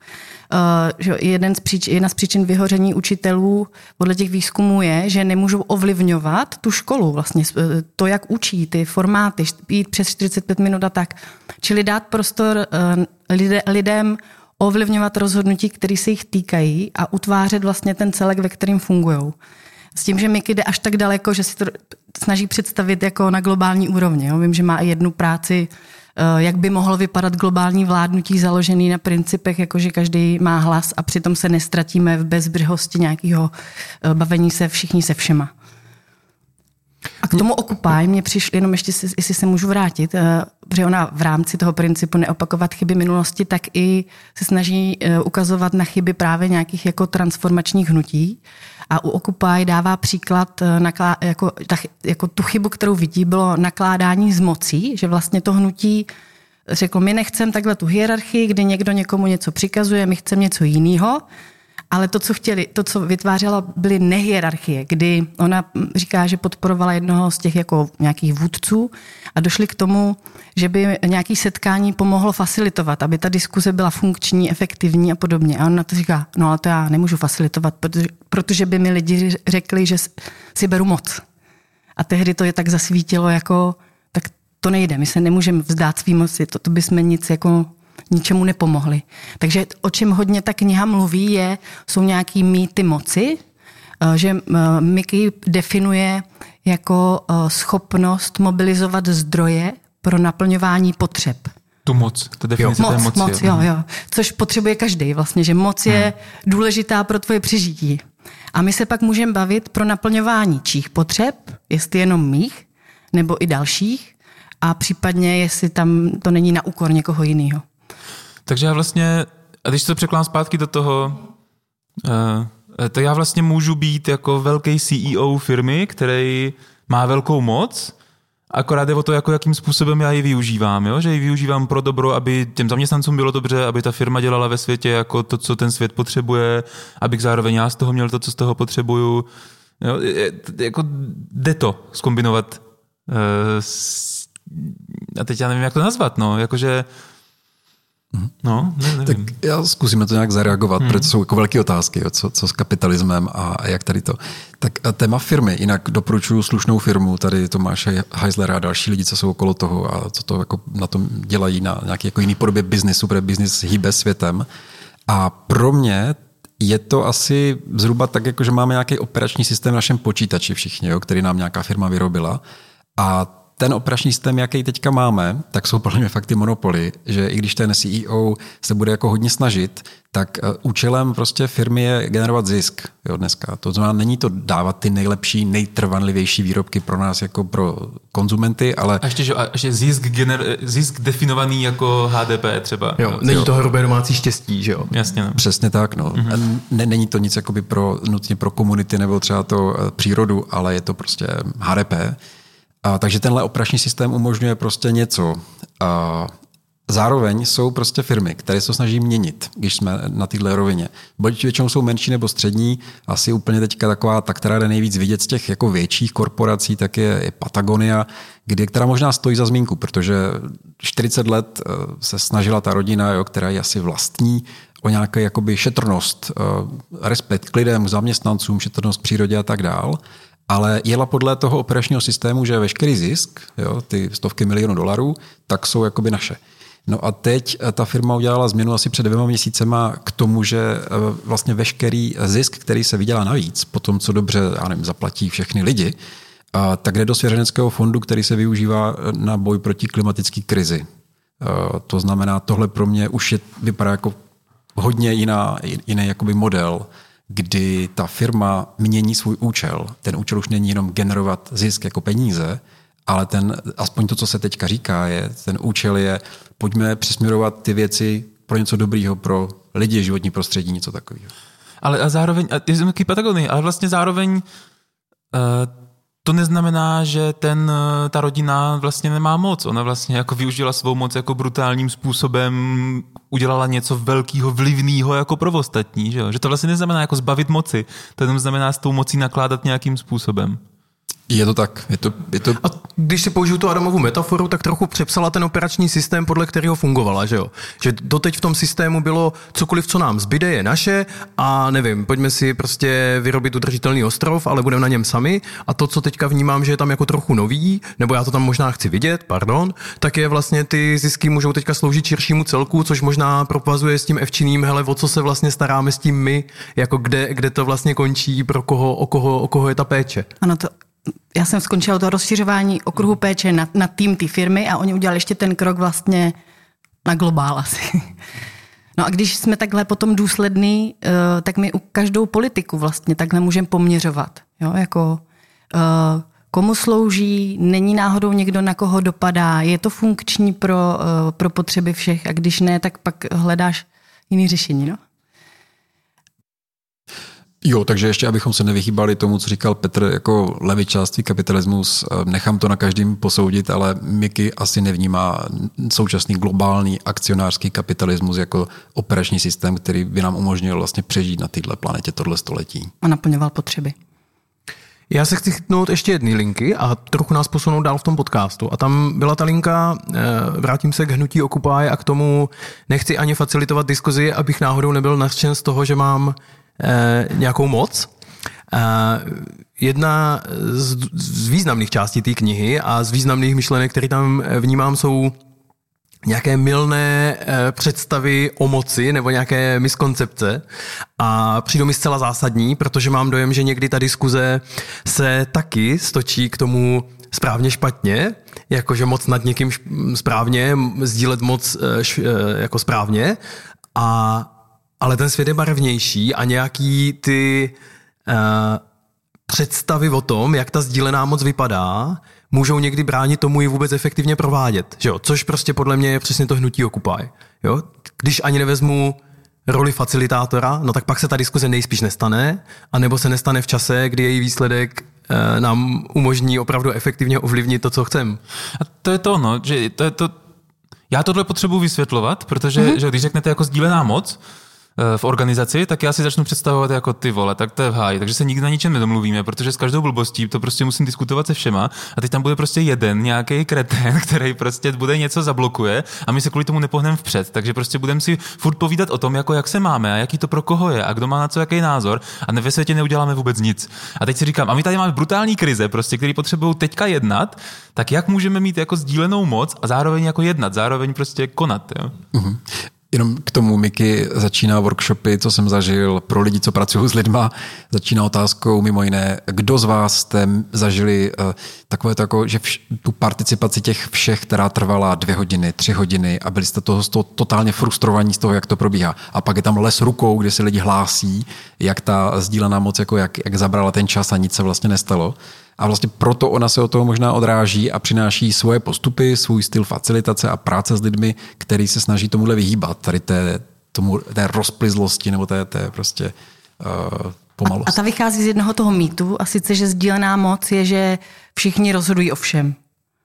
Jedna z příčin vyhoření učitelů podle těch výzkumů je, že nemůžou ovlivňovat tu školu, vlastně to, jak učí, ty formáty, jít přes 45 minut a tak. Čili dát prostor lidem ovlivňovat rozhodnutí, které se jich týkají a utvářet vlastně ten celek, ve kterým fungujou. S tím, že Miky jde až tak daleko, že si to snaží představit jako na globální úrovni. Jo? Vím, že má i jednu práci, jak by mohlo vypadat globální vládnutí založený na principech, jakože každý má hlas a přitom se nestratíme v bezbřehosti nějakého bavení se všichni se všema. A k tomu Occupy mě přišlo, jenom ještě, jestli se můžu vrátit, protože ona v rámci toho principu neopakovat chyby minulosti, tak i se snaží ukazovat na chyby právě nějakých jako transformačních hnutí. A u Occupy dává příklad, jako tu chybu, kterou vidí, bylo nakládání s mocí, že vlastně to hnutí řeklo, my nechceme takhle tu hierarchii, kdy někdo někomu něco přikazuje, my chceme něco jiného. Ale to, co vytvářela, byly nehierarchie, kdy ona říká, že podporovala jednoho z těch jako nějakých vůdců a došli k tomu, že by nějaké setkání pomohlo facilitovat, aby ta diskuze byla funkční, efektivní a podobně. A ona to říká, no ale to já nemůžu facilitovat, protože by mi lidi řekli, že si beru moc. A tehdy to je tak zasvítilo, jako, tak to nejde, my se nemůžeme vzdát svý moci, to bychom ničemu nepomohli. Takže o čem hodně ta kniha mluví, jsou nějaký mýty moci, že Miky definuje jako schopnost mobilizovat zdroje pro naplňování potřeb. Tu moc, to definice té moci. Moc, jo. Což potřebuje každý vlastně, že moc je důležitá pro tvoje přežití. A my se pak můžeme bavit pro naplňování čích potřeb, jestli jenom mých, nebo i dalších, a případně jestli tam to není na úkor někoho jiného. Takže já vlastně, a když to překládám zpátky do toho, tak já vlastně můžu být jako velký CEO firmy, který má velkou moc, akorát je o to, jako jakým způsobem já ji využívám, jo? Že ji využívám pro dobro, aby těm zaměstnancům bylo dobře, aby ta firma dělala ve světě jako to, co ten svět potřebuje, abych zároveň já z toho měl to, co z toho potřebuju. Jo? Jako jde to zkombinovat a teď já nevím, jak to nazvat, no, jakože no, nevím. Tak já zkusíme to nějak zareagovat, protože to jsou jako velké otázky, jo, co s kapitalismem a jak tady to. Tak téma firmy, jinak doporučuji Slušnou firmu, tady Tomáše Heislera a další lidi, co jsou okolo toho a co to jako na tom dělají na nějaký jako jiný podobě biznisu, protože biznis hýbe světem. A pro mě je to asi zhruba tak, jako že máme nějaký operační systém v našem počítači všichni, jo, který nám nějaká firma vyrobila. A ten operační systém, jaký teďka máme, tak jsou podle mě fakt ty monopoly, že i když ten CEO se bude jako hodně snažit, tak účelem prostě firmy je generovat zisk, jo, dneska. To znamená, není to dávat ty nejlepší, nejtrvanlivější výrobky pro nás jako pro konzumenty, ale... A ještě zisk definovaný jako HDP třeba. Jo, není to hrubé domácí štěstí, že jo? Jasně. No. Přesně tak, no. Není to nic jakoby nutně pro komunity nebo třeba to přírodu, ale je to prostě HDP. Takže tenhle operační systém umožňuje prostě něco. Zároveň jsou prostě firmy, které se snaží měnit, když jsme na této rovině. Buď většinou jsou menší nebo střední, asi úplně teďka taková, ta, která jde nejvíc vidět z těch jako větších korporací, tak je Patagonia, která možná stojí za zmínku, protože 40 let se snažila ta rodina, jo, která je asi vlastní, o nějaké jakoby šetrnost, respekt k lidem, k zaměstnancům, šetrnost k přírodě a tak dál. Ale jela podle toho operačního systému, že veškerý zisk, jo, ty stovky milionů dolarů, tak jsou jakoby naše. No a teď ta firma udělala změnu asi před 2 měsícema k tomu, že vlastně veškerý zisk, který se vydělá navíc, po tom, co dobře, já nevím, zaplatí všechny lidi, tak jde do svěřeneckého fondu, který se využívá na boj proti klimatické krizi. To znamená, tohle pro mě už vypadá jako hodně jiný jakoby model, kdy ta firma mění svůj účel. Ten účel už není jenom generovat zisk jako peníze, ale aspoň to, co se teďka říká, ten účel je, pojďme přesměrovat ty věci pro něco dobrýho, pro lidi, životní prostředí, něco takového. Ale a zároveň, je to Patagonii, ale vlastně zároveň to neznamená, že ta rodina vlastně nemá moc. Ona vlastně jako využila svou moc jako brutálním způsobem, udělala něco velkého, vlivného jako pro ostatní. Že to vlastně neznamená jako zbavit moci. To jenom znamená s tou mocí nakládat nějakým způsobem. Je to tak. Je to... A když si použiju tu Adamovu metaforu, tak trochu přepsala ten operační systém, podle kterého fungovala, že jo? Že doteď v tom systému bylo cokoliv, co nám zbyde, je naše a nevím, pojďme si prostě vyrobit udržitelný ostrov, ale budeme na něm sami a to, co teďka vnímám, že je tam jako trochu nový, nebo já to tam možná chci vidět, tak je vlastně ty zisky můžou teďka sloužit širšímu celku, což možná propazuje s tím Evčiným, hele, o co se vlastně staráme s tím my, jako kde to vlastně končí, pro koho, o koho je ta péče. Ano, já jsem skončila to rozšiřování okruhu péče na tým té firmy a oni udělali ještě ten krok vlastně na globál asi. No a když jsme takhle potom důsledný, tak my u každou politiku vlastně takhle můžeme poměřovat. Jo? Jako, komu slouží, není náhodou někdo, na koho dopadá, je to funkční pro potřeby všech a když ne, tak pak hledáš jiný řešení. No? Jo, takže ještě, abychom se nevychýbali tomu, co říkal Petr, jako levičáství kapitalismus, nechám to na každým posoudit, ale Miky asi nevnímá současný globální akcionářský kapitalismus jako operační systém, který by nám umožnil vlastně přežít na této planetě tohle století. A naplňoval potřeby. Já se chci chytnout ještě jedny linky a trochu nás posunout dál v tom podcastu. A tam byla ta linka, vrátím se k hnutí Occupy a k tomu nechci ani facilitovat diskuzi, abych náhodou nebyl nařčen z toho, že mám nějakou moc. Jedna z významných částí té knihy a z významných myšlenek, které tam vnímám, jsou nějaké mylné představy o moci nebo nějaké miskoncepce a přijdou mi zcela zásadní, protože mám dojem, že někdy ta diskuze se taky stočí k tomu správně špatně, jakože moc nad někým správně, sdílet moc jako správně, ale ten svět je barevnější a nějaký ty představy o tom, jak ta sdílená moc vypadá, můžou někdy bránit tomu ji vůbec efektivně provádět. Že jo? Což prostě podle mě je přesně to hnutí Occupy. Jo? Když ani nevezmu roli facilitátora, no tak pak se ta diskuze nejspíš nestane, anebo se nestane v čase, kdy její výsledek nám umožní opravdu efektivně ovlivnit to, co chcem. A to je to, no, že to je to. Já tohle potřebuji vysvětlovat, protože že když řeknete jako sdílená moc v organizaci, tak já si začnu představovat jako ty vole, tak to je v háji. Takže se nikdy na ničem nedomluvíme, protože s každou blbostí to prostě musím diskutovat se všema a teď tam bude prostě jeden nějaký kretén, který prostě bude něco zablokuje a my se kvůli tomu nepohneme vpřed. Takže prostě budeme si furt povídat o tom, jako jak se máme a jaký to pro koho je a kdo má na co jaký názor a ve světě neuděláme vůbec nic. A teď si říkám, a my tady máme brutální krize, prostě, který potřebují teďka jednat, tak jak můžeme mít jako sdílenou moc a zároveň jako jednat, zároveň prostě konat, jo? Jenom k tomu Miky začíná workshopy, co jsem zažil pro lidi, co pracují s lidma. Začíná otázkou mimo jiné, kdo z vás jste zažili takové to jako, že tu participaci těch všech, která trvala 2 hodiny, 3 hodiny a byli jste toho totálně frustrovaní z toho, jak to probíhá. A pak je tam les rukou, kde se lidi hlásí, jak ta sdílená moc, jako jak zabrala ten čas a nic se vlastně nestalo. A vlastně proto ona se od toho možná odráží a přináší svoje postupy, svůj styl facilitace a práce s lidmi, který se snaží tomuhle vyhýbat, tady té rozplyzlosti nebo té prostě pomalosti. A ta vychází z jednoho toho mýtu, a sice, že sdílená moc je, že všichni rozhodují o všem.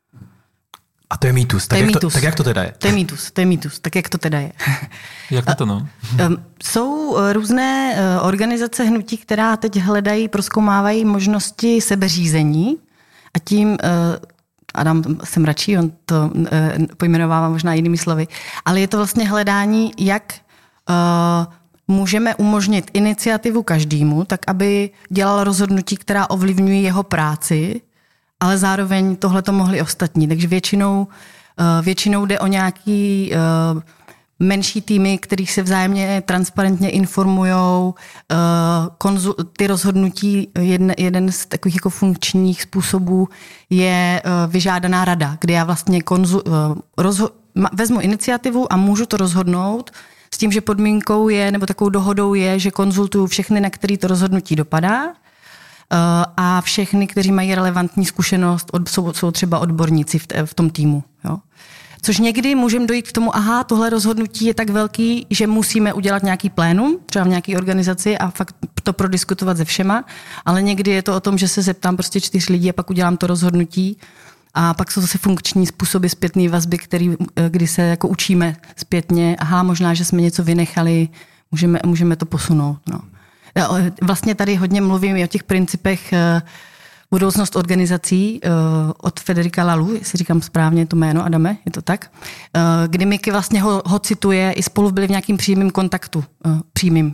A to je mýtus. Tak jak to teda je? To je mýtus. Tak jak to teda je? Jak na to, no? Jsou různé organizace hnutí, která teď hledají, prozkoumávají možnosti sebeřízení a tím, Adam jsem radši, on to pojmenovává možná jinými slovy, ale je to vlastně hledání, jak můžeme umožnit iniciativu každému, tak aby dělal rozhodnutí, která ovlivňují jeho práci, ale zároveň tohle to mohli ostatní. Takže většinou jde o nějaký menší týmy, kterých se vzájemně transparentně informujou. Ty rozhodnutí, jeden z takových jako funkčních způsobů je vyžádaná rada, kde já vlastně vezmu iniciativu a můžu to rozhodnout s tím, že podmínkou je, nebo takovou dohodou je, že konzultuju všechny, na který to rozhodnutí dopadá, a všechny, kteří mají relevantní zkušenost, jsou třeba odborníci v tom týmu. Jo? Což někdy můžeme dojít k tomu, tohle rozhodnutí je tak velký, že musíme udělat nějaký plénum, třeba v nějaké organizaci a fakt to prodiskutovat se všema, ale někdy je to o tom, že se zeptám prostě 4 lidí a pak udělám to rozhodnutí a pak jsou zase funkční způsoby zpětné vazby, kdy se jako učíme zpětně, možná, že jsme něco vynechali, můžeme to posunout. No. Vlastně tady hodně mluvím i o těch principech budoucnost organizací od Federica Laloux, jestli říkám správně to jméno, Adame, je to tak? Kdy Miky vlastně ho cituje, i spolu byli v nějakým přímým kontaktu. Přímým.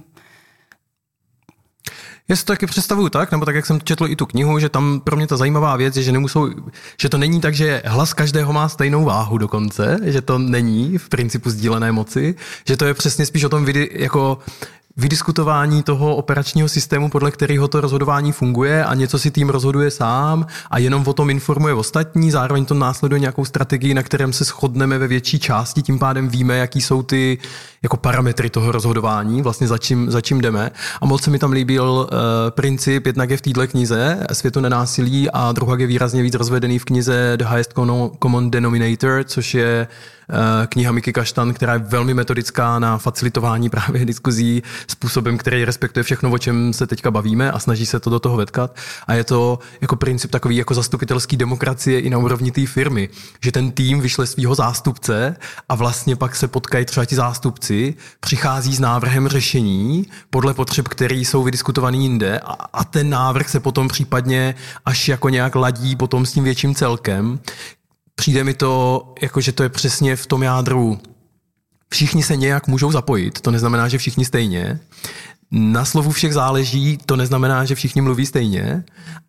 Já si to taky představuju tak, nebo tak, jak jsem četl i tu knihu, že tam pro mě ta zajímavá věc je, že to není tak, že hlas každého má stejnou váhu dokonce, že to není v principu sdílené moci, že to je přesně spíš o tom vydiskutování toho operačního systému, podle kterého to rozhodování funguje a něco si tým rozhoduje sám a jenom o tom informuje ostatní, zároveň to následuje nějakou strategii, na kterém se shodneme ve větší části, tím pádem víme, jaký jsou ty jako parametry toho rozhodování, vlastně za čím jdeme. A moc se mi tam líbil princip, jednak je v této knize Světu nenásilí a druhá je výrazně víc rozvedený v knize The Highest Common Denominator, což je kniha Miky Kaštan, která je velmi metodická na facilitování právě diskuzí způsobem, který respektuje všechno, o čem se teďka bavíme a snaží se to do toho vetkat. A je to jako princip takový jako zastupitelský demokracie i na úrovni té firmy, že ten tým vyšle svýho zástupce a vlastně pak se potkají třeba ti zástupci, přichází s návrhem řešení podle potřeb, které jsou vydiskutovaný jinde a ten návrh se potom případně až jako nějak ladí potom s tím větším celkem. Přijde mi to, jako že to je přesně v tom jádru. Všichni se nějak můžou zapojit, to neznamená, že všichni stejně. Na slovu všech záleží, to neznamená, že všichni mluví stejně.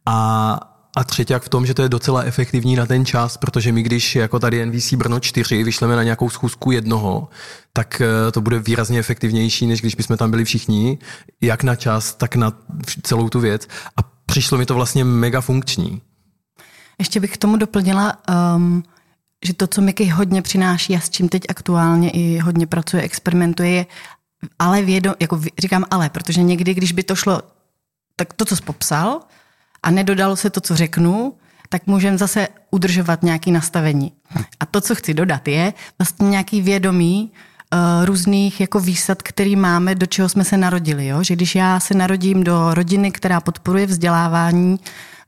A třeťák v tom, že to je docela efektivní na ten čas, protože my, když jako tady NVC Brno 4 vyšleme na nějakou schůzku jednoho, tak to bude výrazně efektivnější, než když bychom tam byli všichni, jak na čas, tak na celou tu věc. A přišlo mi to vlastně mega funkční. Ještě bych k tomu doplnila, že to, co Miky hodně přináší a s čím teď aktuálně i hodně pracuje, experimentuje, je ale říkám ale, protože někdy, když by to šlo, tak to, co jsi popsal a nedodalo se to, co řeknu, tak můžeme zase udržovat nějaké nastavení. A to, co chci dodat, je vlastně nějaký vědomí různých jako výsad, který máme, do čeho jsme se narodili. Jo? Že když já se narodím do rodiny, která podporuje vzdělávání,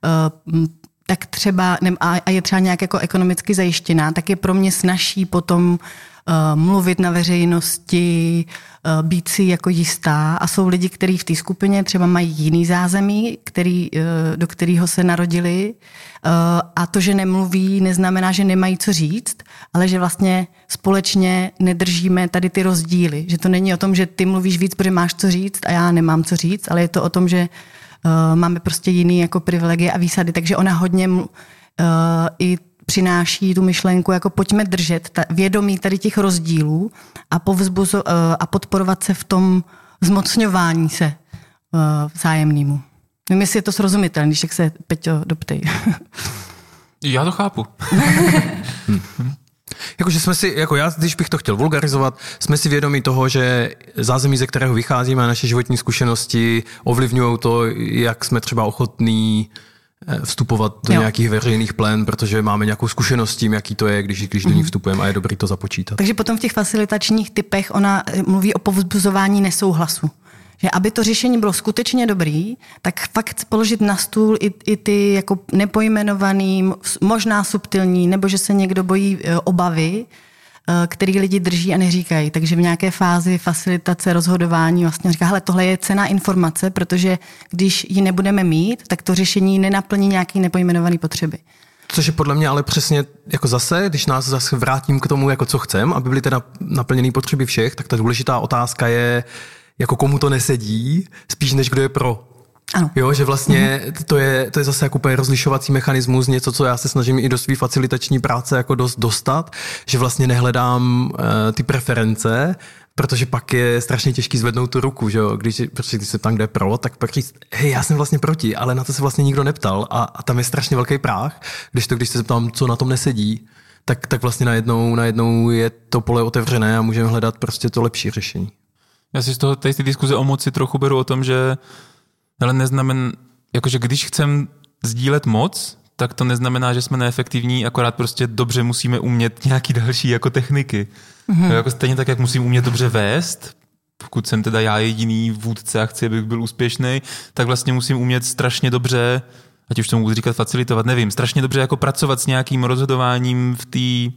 tak třeba, a je třeba nějak jako ekonomicky zajištěná, tak je pro mě snazší potom mluvit na veřejnosti, být si jako jistá. A jsou lidi, kteří v té skupině třeba mají jiný zázemí, do kterého se narodili. A to, že nemluví, neznamená, že nemají co říct, ale že vlastně společně nedržíme tady ty rozdíly. Že to není o tom, že ty mluvíš víc, protože máš co říct a já nemám co říct, ale je to o tom, že máme prostě jiný jako privilegie a výsady. Takže ona hodně i přináší tu myšlenku, jako pojďme držet vědomí tady těch rozdílů a podporovat se v tom zmocňování se vzájemnému. Nevím, jestli je to srozumitelné, když tak se Peťo doptej. Já to chápu. Jakože jsme si, jako já, když bych to chtěl vulgarizovat, jsme si vědomi toho, že zázemí, ze kterého vycházíme a naše životní zkušenosti ovlivňují to, jak jsme třeba ochotní vstupovat do nějakých veřejných plén, protože máme nějakou zkušenost s tím, jaký to je, když do ní vstupujeme a je dobrý to započítat. Takže potom v těch facilitačních typech ona mluví o povzbuzování nesouhlasu. Že aby to řešení bylo skutečně dobrý, tak fakt položit na stůl i ty jako nepojmenovaný, možná subtilní, nebo že se někdo bojí obavy, který lidi drží a neříkají. Takže v nějaké fázi facilitace rozhodování vlastně říká, hele, tohle je cenná informace, protože když ji nebudeme mít, tak to řešení nenaplní nějaké nepojmenované potřeby. Což je podle mě ale přesně jako zase, když nás zase vrátím k tomu, jako co chcem, aby byly teda naplněné potřeby všech, tak ta důležitá otázka je, jako komu to nesedí, spíš než kdo je pro. Ano. Jo, že vlastně to je zase jako úplně rozlišovací mechanismus, něco, co já se snažím i do své facilitační práce jako dostat, že vlastně nehledám ty preference, protože pak je strašně těžký zvednout tu ruku, že jo? Když se tam kde je pro, tak pak říct, hej, já jsem vlastně proti, ale na to se vlastně nikdo neptal a tam je strašně velký práh, když se zeptám, co na tom nesedí, tak vlastně najednou je to pole otevřené a můžeme hledat prostě to lepší řešení. Já si z toho té diskuze o moci trochu beru o tom, že ale neznamená, jakože když chcem sdílet moc, tak to neznamená, že jsme neefektivní, akorát prostě dobře musíme umět nějaký další jako techniky. Jako stejně tak, jak musím umět dobře vést, pokud jsem teda já jediný vůdce a chci, abych byl úspěšný, tak vlastně musím umět strašně dobře, ať už to můžu říkat facilitovat, nevím, strašně dobře jako pracovat s nějakým rozhodováním v té,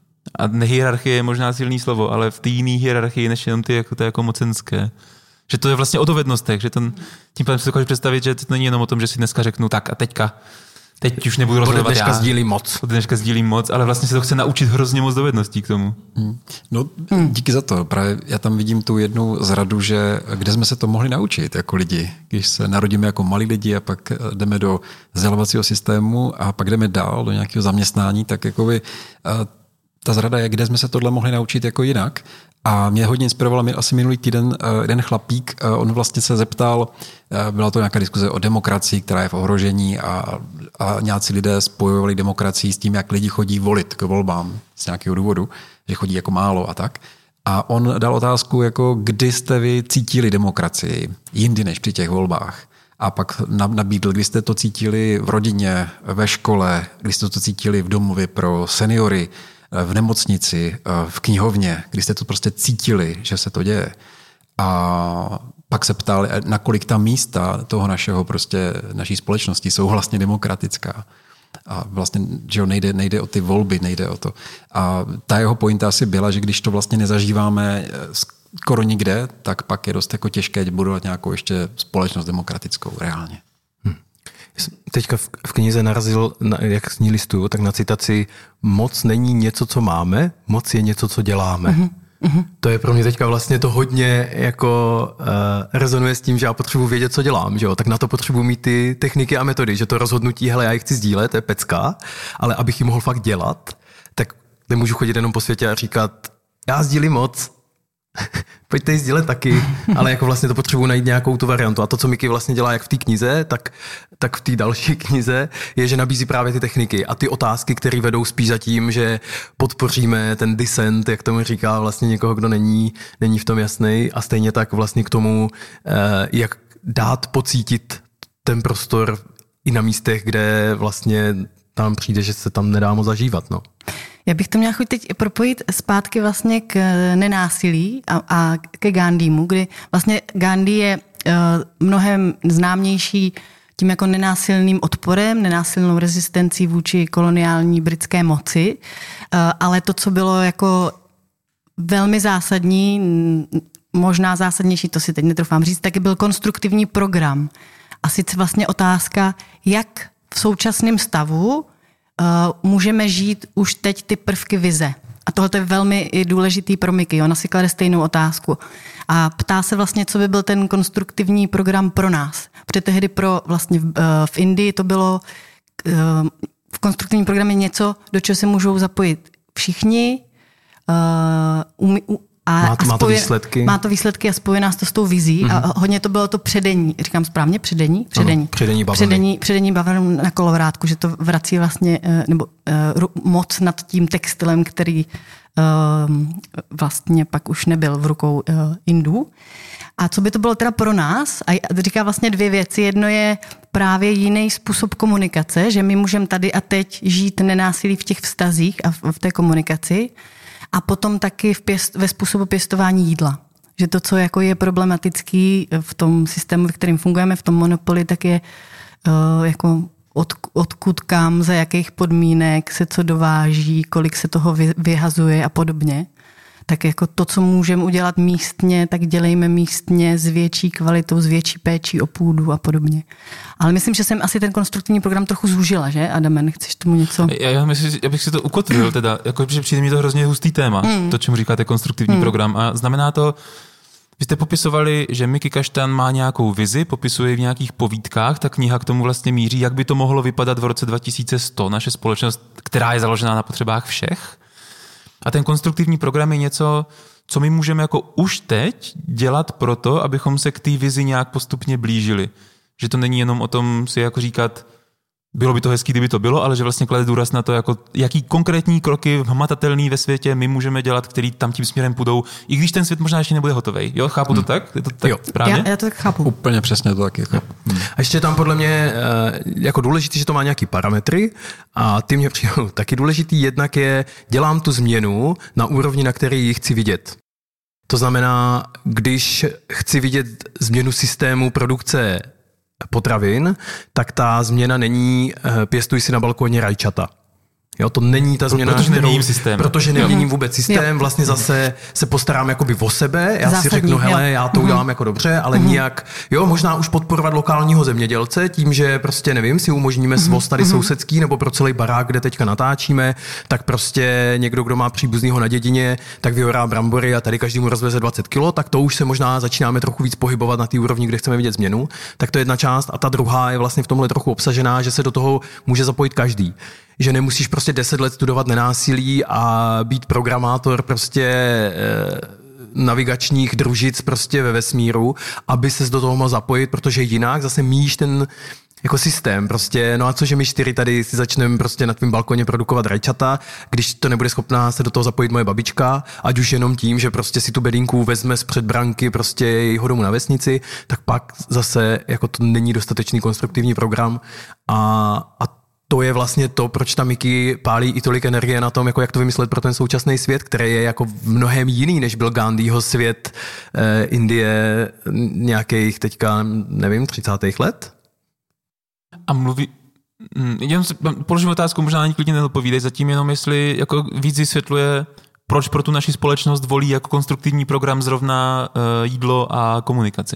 a hierarchie je možná silný slovo, ale v té jiné hierarchii, než jenom ty jako, to jako mocenské. Že to je vlastně o dovednostech, že tím pádem si dokážu představit, že to není jenom o tom, že si dneska řeknu tak a teď už nebudu rozhodovat já. Od dneška sdílím moc, ale vlastně se to chce naučit hrozně moc dovedností k tomu. No, díky za to. Právě já tam vidím tu jednu zradu, že kde jsme se to mohli naučit jako lidi. Když se narodíme jako malí lidi a pak jdeme do vzdělávacího systému a pak jdeme dál do nějakého zaměstnání, tak jakoby ta zrada je, kde jsme se tohle mohli naučit jako jinak. A mě hodně inspiroval asi minulý týden jeden chlapík, on vlastně se zeptal, byla to nějaká diskuze o demokracii, která je v ohrožení a nějací lidé spojovali demokracii s tím, jak lidi chodí volit k volbám z nějakého důvodu, že chodí jako málo a tak. A on dal otázku, jako kdy jste vy cítili demokracii jindy než při těch volbách. A pak nabídl, kdy jste to cítili v rodině, ve škole, kdy jste to cítili v domově pro seniory, v nemocnici, v knihovně, kdy jste to prostě cítili, že se to děje. A pak se ptali, nakolik ta místa toho naší společnosti jsou vlastně demokratická. A vlastně, že nejde o ty volby, nejde o to. A ta jeho pointa asi byla, že když to vlastně nezažíváme skoro nikde, tak pak je dost jako těžké budovat nějakou ještě společnost demokratickou reálně. Teďka v knize narazil, jak s ní listuju, tak na citaci moc není něco, co máme, moc je něco, co děláme. To je pro mě teďka vlastně to hodně jako rezonuje s tím, že já potřebuji vědět, co dělám, že jo? Tak na to potřebuji mít ty techniky a metody, že to rozhodnutí, hele, já ji chci sdílet, to je pecka, ale abych ji mohl fakt dělat, tak nemůžu chodit jenom po světě a říkat, já sdílím moc, pojďte ji sdílet taky, ale jako vlastně to potřebuji najít nějakou tu variantu. A to, co Miky vlastně dělá jak v té knize, tak v té další knize, je, že nabízí právě ty techniky a ty otázky, které vedou spíš za tím, že podpoříme ten dissent, jak tomu říká vlastně někoho, kdo není v tom jasnej a stejně tak vlastně k tomu, jak dát pocítit ten prostor i na místech, kde vlastně tam přijde, že se tam nedá moc zažívat. No. Já bych to měla chuť teď propojit zpátky vlastně k nenásilí a ke Gandhimu, kdy vlastně Gandhi je mnohem známější tím jako nenásilným odporem, nenásilnou rezistencí vůči koloniální britské moci, ale to, co bylo jako velmi zásadní, možná zásadnější, to si teď netroufám říct, taky byl konstruktivní program. A sice vlastně otázka, jak v současném stavu můžeme žít už teď ty prvky vize. A tohle je velmi důležitý pro Miky. Ona si klade stejnou otázku. A ptá se vlastně, co by byl ten konstruktivní program pro nás. Protože tehdy vlastně v Indii to bylo v konstruktivním programu něco, do čeho se můžou zapojit všichni, má to výsledky. Má to výsledky a spojí nás to s tou vizí a hodně to bylo to předení, říkám správně, předení bavlny. Předení bavlny na kolovrátku, že to vrací vlastně, nebo moc nad tím textilem, který vlastně pak už nebyl v rukou Indů. A co by to bylo teda pro nás? A říká vlastně dvě věci. Jedno je právě jiný způsob komunikace, že my můžeme tady a teď žít nenásilí v těch vztazích a v té komunikaci. A potom taky ve způsobu pěstování jídla. Že to, co jako je problematický v tom systému, v kterém fungujeme, v tom monopoli, tak je jako odkud kam, za jakých podmínek se co dováží, kolik se toho vyhazuje a podobně. Tak jako to, co můžeme udělat místně, tak dělejme místně s větší kvalitou, s větší péčí o půdu a podobně. Ale myslím, že jsem asi ten konstruktivní program trochu zúžila, že? Adame, nechceš tomu něco? Já myslím, já bych si to ukotvil, teda, jako, že přijde mi to hrozně hustý téma, to, čemu říkáte konstruktivní program. A znamená to, vy jste popisovali, že Miky Kaštan má nějakou vizi, popisuje v nějakých povídkách, ta kniha k tomu vlastně míří, jak by to mohlo vypadat v roce 2100, naše společnost, která je založená na potřebách všech. A ten konstruktivní program je něco, co my můžeme jako už teď dělat proto, abychom se k té vizi nějak postupně blížili. Že to není jenom o tom si jako říkat, bylo by to hezký, kdyby to bylo, ale že vlastně klade důraz na to, jako, jaký konkrétní kroky hmatatelný ve světě my můžeme dělat, který tam tím směrem půjdou, i když ten svět možná ještě nebude hotovej. Jo, chápu to tak? Je to tak správně? Já to tak chápu. Úplně přesně to taky chápu. A ještě tam podle mě jako důležitý, že to má nějaký parametry a ty mě přijdou taky důležitý. Jednak je, dělám tu změnu na úrovni, na který ji chci vidět. To znamená, když chci vidět změnu systému produkce potravin, tak ta změna není pěstuj si na balkóně rajčata. Jo, to není ta změna, protože neměním vůbec systém, vlastně zase se postarám jakoby o sebe, já si řeknu, hele, já to udělám jako dobře, ale nijak, jo, možná už podporovat lokálního zemědělce tím, že prostě nevím, si umožníme svoz tady sousedský nebo pro celý barák, kde teďka natáčíme, tak prostě někdo, kdo má příbuznýho na dědině, tak vyorá brambory a tady každému rozveze 20 kilo, tak to už se možná začínáme trochu víc pohybovat na té úrovni, kde chceme vidět změnu. Tak to je jedna část a ta druhá je vlastně v tomhle trochu obsažená, že se do toho může zapojit každý. Že nemusíš prostě 10 let studovat nenásilí a být programátor prostě navigačních družic prostě ve vesmíru, aby ses do toho mohl zapojit, protože jinak zase míjíš ten jako systém prostě, no a cože my 4 tady si začneme prostě na tvým balkoně produkovat rajčata, když to nebude schopná se do toho zapojit moje babička, ať už jenom tím, že prostě si tu bedínku vezme z předbranky prostě jejího domu na vesnici, tak pak zase jako to není dostatečný konstruktivní program a to je vlastně to, proč ta Miky pálí i tolik energie na tom, jako jak to vymyslet pro ten současný svět, který je jako mnohem jiný, než byl Gandhiho svět Indie nějakých teďka, nevím, 30. let? A jenom položím otázku, možná ani klidně nedopovídej, zatím jenom jestli jako víc vysvětluje, proč pro tu naši společnost volí jako konstruktivní program zrovna jídlo a komunikaci.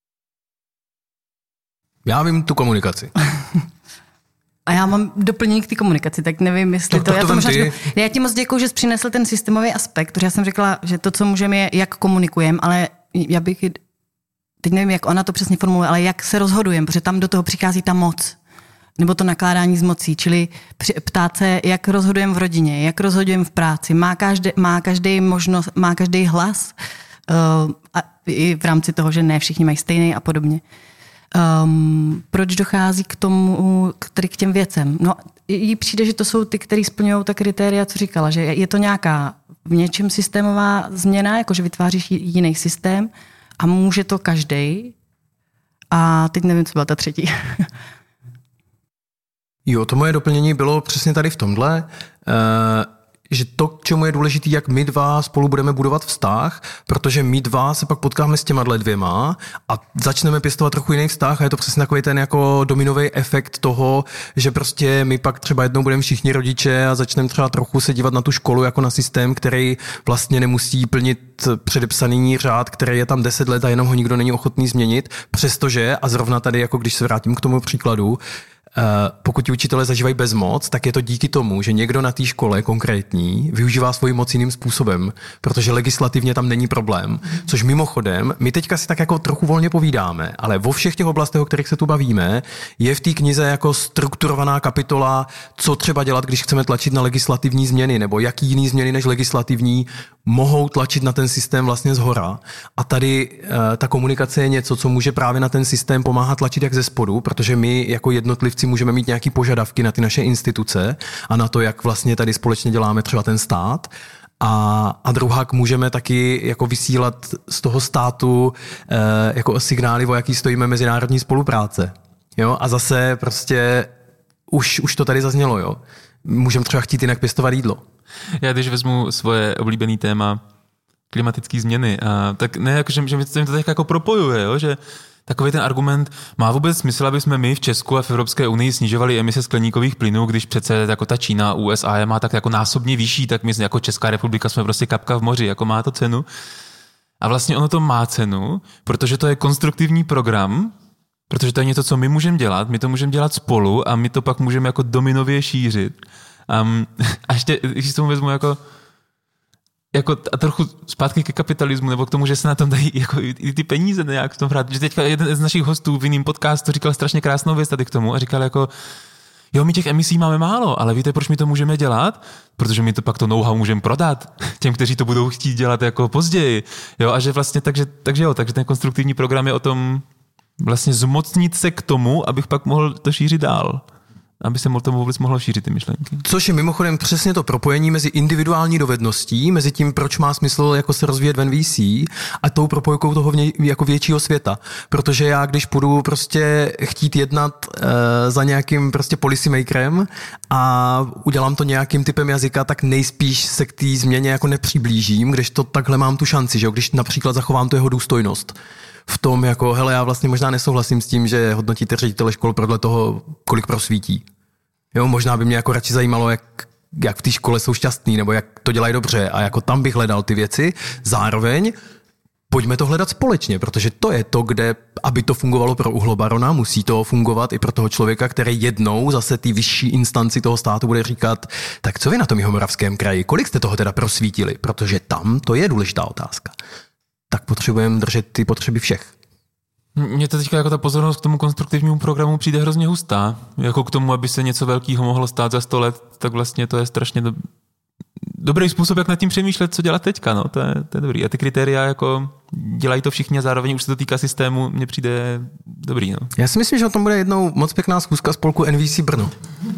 Já vím tu komunikaci. A já mám doplnění k té komunikaci, tak nevím, jestli to... Já ti moc děkuju, že jsi přinesl ten systémový aspekt, protože já jsem řekla, že to, co můžeme, je, jak komunikujeme, ale já bych... Teď nevím, jak ona to přesně formuluje, ale jak se rozhodujeme, protože tam do toho přichází ta moc, nebo to nakládání z mocí, čili ptát se, jak rozhodujeme v rodině, jak rozhodujeme v práci, má každý možnost, má každý hlas, a i v rámci toho, že ne všichni mají stejný a podobně. Proč dochází k tomu, k těm věcem? No, jí přijde, že to jsou ty, který splňují ta kritéria, co říkala, že je to nějaká v něčem systémová změna, jakože vytváříš jiný systém a může to každej. A teď nevím, co byla ta třetí. Jo, to moje doplnění bylo přesně tady v tomhle, že to, k čemu je důležitý, jak my dva spolu budeme budovat vztah, protože my dva se pak potkáme s těma dvěma a začneme pěstovat trochu jiný vztah a je to přesně takový ten jako dominový efekt toho, že prostě my pak třeba jednou budeme všichni rodiče a začneme třeba trochu se dívat na tu školu jako na systém, který vlastně nemusí plnit předepsaný řád, který je tam 10 let a jenom ho nikdo není ochotný změnit, přestože, a zrovna tady, jako když se vrátím k tomu příkladu, pokud ti učitelé zažívají bezmoc, tak je to díky tomu, že někdo na té škole konkrétní využívá svoji moc jiným způsobem, protože legislativně tam není problém. Což mimochodem, my teďka si tak jako trochu volně povídáme, ale vo všech těch oblastech, o kterých se tu bavíme, je v té knize jako strukturovaná kapitola, co třeba dělat, když chceme tlačit na legislativní změny, nebo jaký jiný změny než legislativní mohou tlačit na ten systém vlastně zhora. A tady ta komunikace je něco, co může právě na ten systém pomáhat tlačit jak ze spodu, protože my jako jednotlivci můžeme mít nějaké požadavky na ty naše instituce a na to, jak vlastně tady společně děláme třeba ten stát. A druhák můžeme taky jako vysílat z toho státu jako signály, o jaký stojíme mezinárodní spolupráce. Jo? A zase prostě už to tady zaznělo. Jo? Můžeme třeba chtít jinak pěstovat jídlo. Já když vezmu svoje oblíbené téma klimatické změny, tak ne, jako, že mi to tak jako propojuje, jo? Že takový ten argument, má vůbec smysl, aby jsme my v Česku a v Evropské unii snižovali emise skleníkových plynů, když přece jako ta Čína, USA je má tak jako násobně vyšší, tak my jako Česká republika jsme prostě kapka v moři, jako má to cenu. A vlastně ono to má cenu, protože to je konstruktivní program, protože to je něco, co my můžeme dělat, my to můžeme dělat spolu a my to pak můžeme jako dominově šířit. A ještě, když tomu vezmu jako a trochu zpátky ke kapitalismu, nebo k tomu, že se na tom dají jako i ty peníze nějak v tom hrát. Že teďka jeden z našich hostů v jiném podcastu říkal strašně krásnou věc tady k tomu a říkal jako, jo, my těch emisí máme málo, ale víte, proč my to můžeme dělat? Protože my to pak to know-how můžeme prodat těm, kteří to budou chtít dělat jako později. Jo, a že vlastně, takže ten konstruktivní program je o tom vlastně zmocnit se k tomu, abych pak mohl to šířit dál. Aby se tomu vůbec mohlo šířit ty myšlenky. Což je mimochodem přesně to propojení mezi individuální dovedností, mezi tím, proč má smysl jako se rozvíjet v NVC a tou propojkou toho jako většího světa. Protože já, když půjdu prostě chtít jednat za nějakým prostě policymakerem a udělám to nějakým typem jazyka, tak nejspíš se k té změně jako nepřiblížím, když to takhle mám tu šanci, že jo? Když například zachovám tu jeho důstojnost. V tom jako, hele, já vlastně možná nesouhlasím s tím, že hodnotíte ředitele škol podle toho, kolik prosvítí. Jo, možná by mě jako radši zajímalo, jak v té škole jsou šťastný, nebo jak to dělají dobře a jako tam bych hledal ty věci. Zároveň pojďme to hledat společně, protože to je to, kde, aby to fungovalo pro uhlobarona, musí to fungovat i pro toho člověka, který jednou zase ty vyšší instanci toho státu bude říkat, tak co vy na tom Jihomoravském kraji, kolik jste toho teda prosvítili, protože tam to je důležitá otázka. Tak potřebujeme držet ty potřeby všech. Mně to teďka jako ta pozornost k tomu konstruktivnímu programu přijde hrozně hustá. Jako k tomu, aby se něco velkého mohlo stát za 100 let, tak vlastně to je strašně dobrý způsob, jak nad tím přemýšlet, co dělat teďka. No. To je dobrý. A ty kritéria jako dělají to všichni a zároveň už se to týká systému, mně přijde dobrý. No. Já si myslím, že o tom bude jednou moc pěkná schůzka spolku NVC Brno.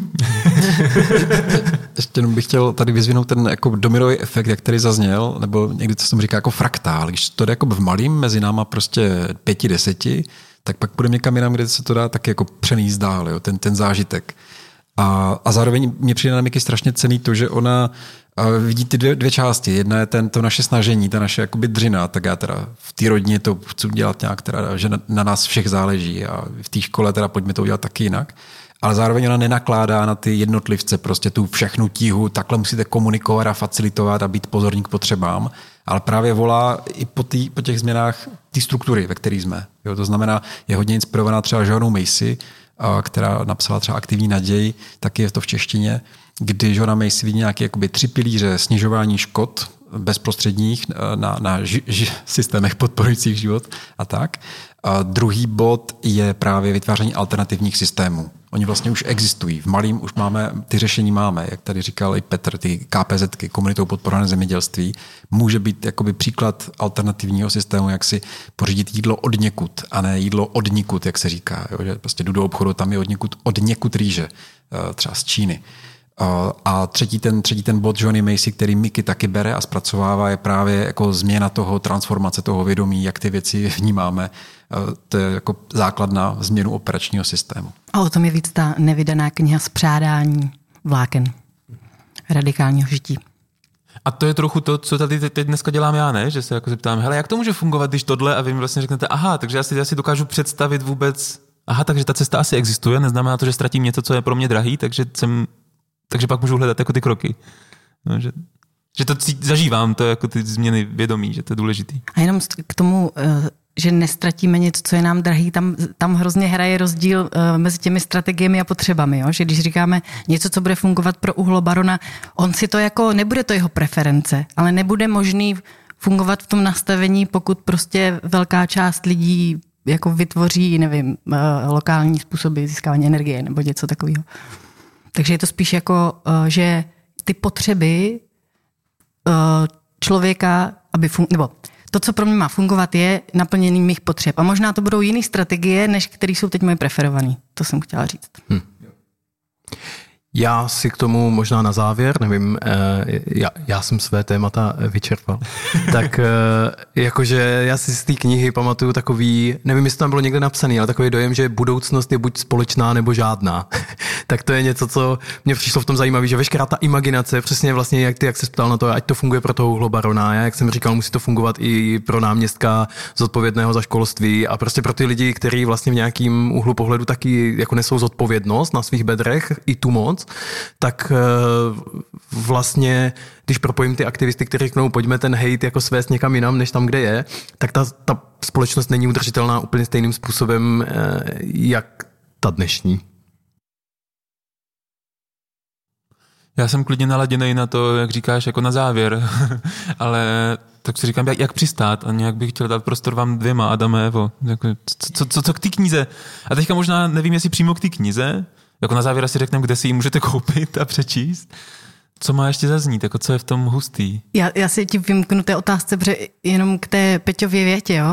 Ještě bych chtěl tady vyzvinout ten jako dominový efekt, jak tady zazněl, nebo někdy to se tomu říká jako fraktál. Když to jde jako v malým, mezi náma prostě 5-10, tak pak půjdeme někam jinam, kde se to dá taky jako přenést dál, jo, ten zážitek. A zároveň mě přijde na Miky strašně cenný to, že ona vidí ty dvě části. Jedna je to naše snažení, ta naše jakoby dřina, tak já teda v té rodině to chci dělat nějak, teda, že na nás všech záleží a v té škole teda pojďme to udělat taky jinak. Ale zároveň ona nenakládá na ty jednotlivce prostě tu všechnu tíhu, takhle musíte komunikovat a facilitovat a být pozorní k potřebám, ale právě volá i po těch změnách ty struktury, ve které jsme. Jo, to znamená, je hodně inspirovaná třeba Joannou Macy, která napsala třeba Aktivní naděj, taky je to v češtině, kdy Joanna Macy vidí nějaké jakoby 3 pilíře snižování škod bezprostředních na systémech podporujících život a tak. A druhý bod je právě vytváření alternativních systémů. Oni vlastně už existují. V malým už ty řešení máme, jak tady říkal i Petr, ty KPZky, komunitou podporované zemědělství, může být jakoby příklad alternativního systému, jak si pořídit jídlo od někud, a ne jídlo od nikud, jak se říká. Jo? Že prostě jdu do obchodu, tam je od někud rýže, třeba z Číny. A třetí ten bod Joanny Macy, který Miky taky bere a zpracovává, je právě jako změna toho, transformace toho vědomí, jak ty věci vnímáme. To je jako základ na změnu operačního systému. A o tom je víc ta nevydaná kniha Spřádání vláken radikálního žití. A to je trochu to, co tady teď dneska dělám já, ne? Že se jako zeptám, hele, jak to může fungovat, když tohle, a vy mi vlastně řeknete, aha, takže já si dokážu představit vůbec, takže ta cesta asi existuje, neznamená to, že ztratím něco, co je pro mě drahý, takže pak můžu hledat jako ty kroky. No, že to zažívám, to jako ty změny vědomí, že to je důležitý. A jenom k tomu, že nestratíme něco, co je nám drahý. Tam hrozně hraje rozdíl mezi těmi strategiemi a potřebami. Jo? Že když říkáme něco, co bude fungovat pro uhlobarona, on si to jako, nebude to jeho preference, ale nebude možný fungovat v tom nastavení, pokud prostě velká část lidí jako vytvoří, nevím, lokální způsoby získávání energie nebo něco takového. Takže je to spíš jako, že ty potřeby člověka, aby nebo to, co pro mě má fungovat, je naplnění mých potřeb. A možná to budou jiné strategie, než které jsou teď moje preferované. To jsem chtěla říct. Já si k tomu možná na závěr, nevím, já jsem své témata vyčerpal, tak jakože já si z té knihy pamatuju takový, nevím, jestli tam bylo někde napsaný, ale takový dojem, že budoucnost je buď společná nebo žádná. Tak to je něco, co mě přišlo v tom zajímavé, že veškerá ta imaginace, přesně vlastně jak se ptal na to, ať to funguje pro toho uhlobarona, já, jak jsem říkal, musí to fungovat i pro náměstka zodpovědného za školství a prostě pro ty lidi, kteří vlastně v nějakým úhlu pohledu taky jako nesou zodpovědnost na svých bedrech i tu moc, tak vlastně, když propojím ty aktivisty, kteří řeknou, pojďme ten hejt jako svést někam jinam, než tam, kde je, tak ta společnost není udržitelná úplně stejným způsobem, jak ta dnešní. Já jsem klidně naladěnej na to, jak říkáš, jako na závěr, ale tak si říkám, jak přistát a nějak bych chtěl dát prostor vám dvěma, Adame, Evo. Jako, co k té knize? A teďka možná nevím, jestli přímo k té knize, jako na závěr si řekneme, kde si ji můžete koupit a přečíst. Co má ještě zaznít, jako co je v tom hustý? Já si ti vymknu té otázce, protože jenom k té Peťově větě, jo.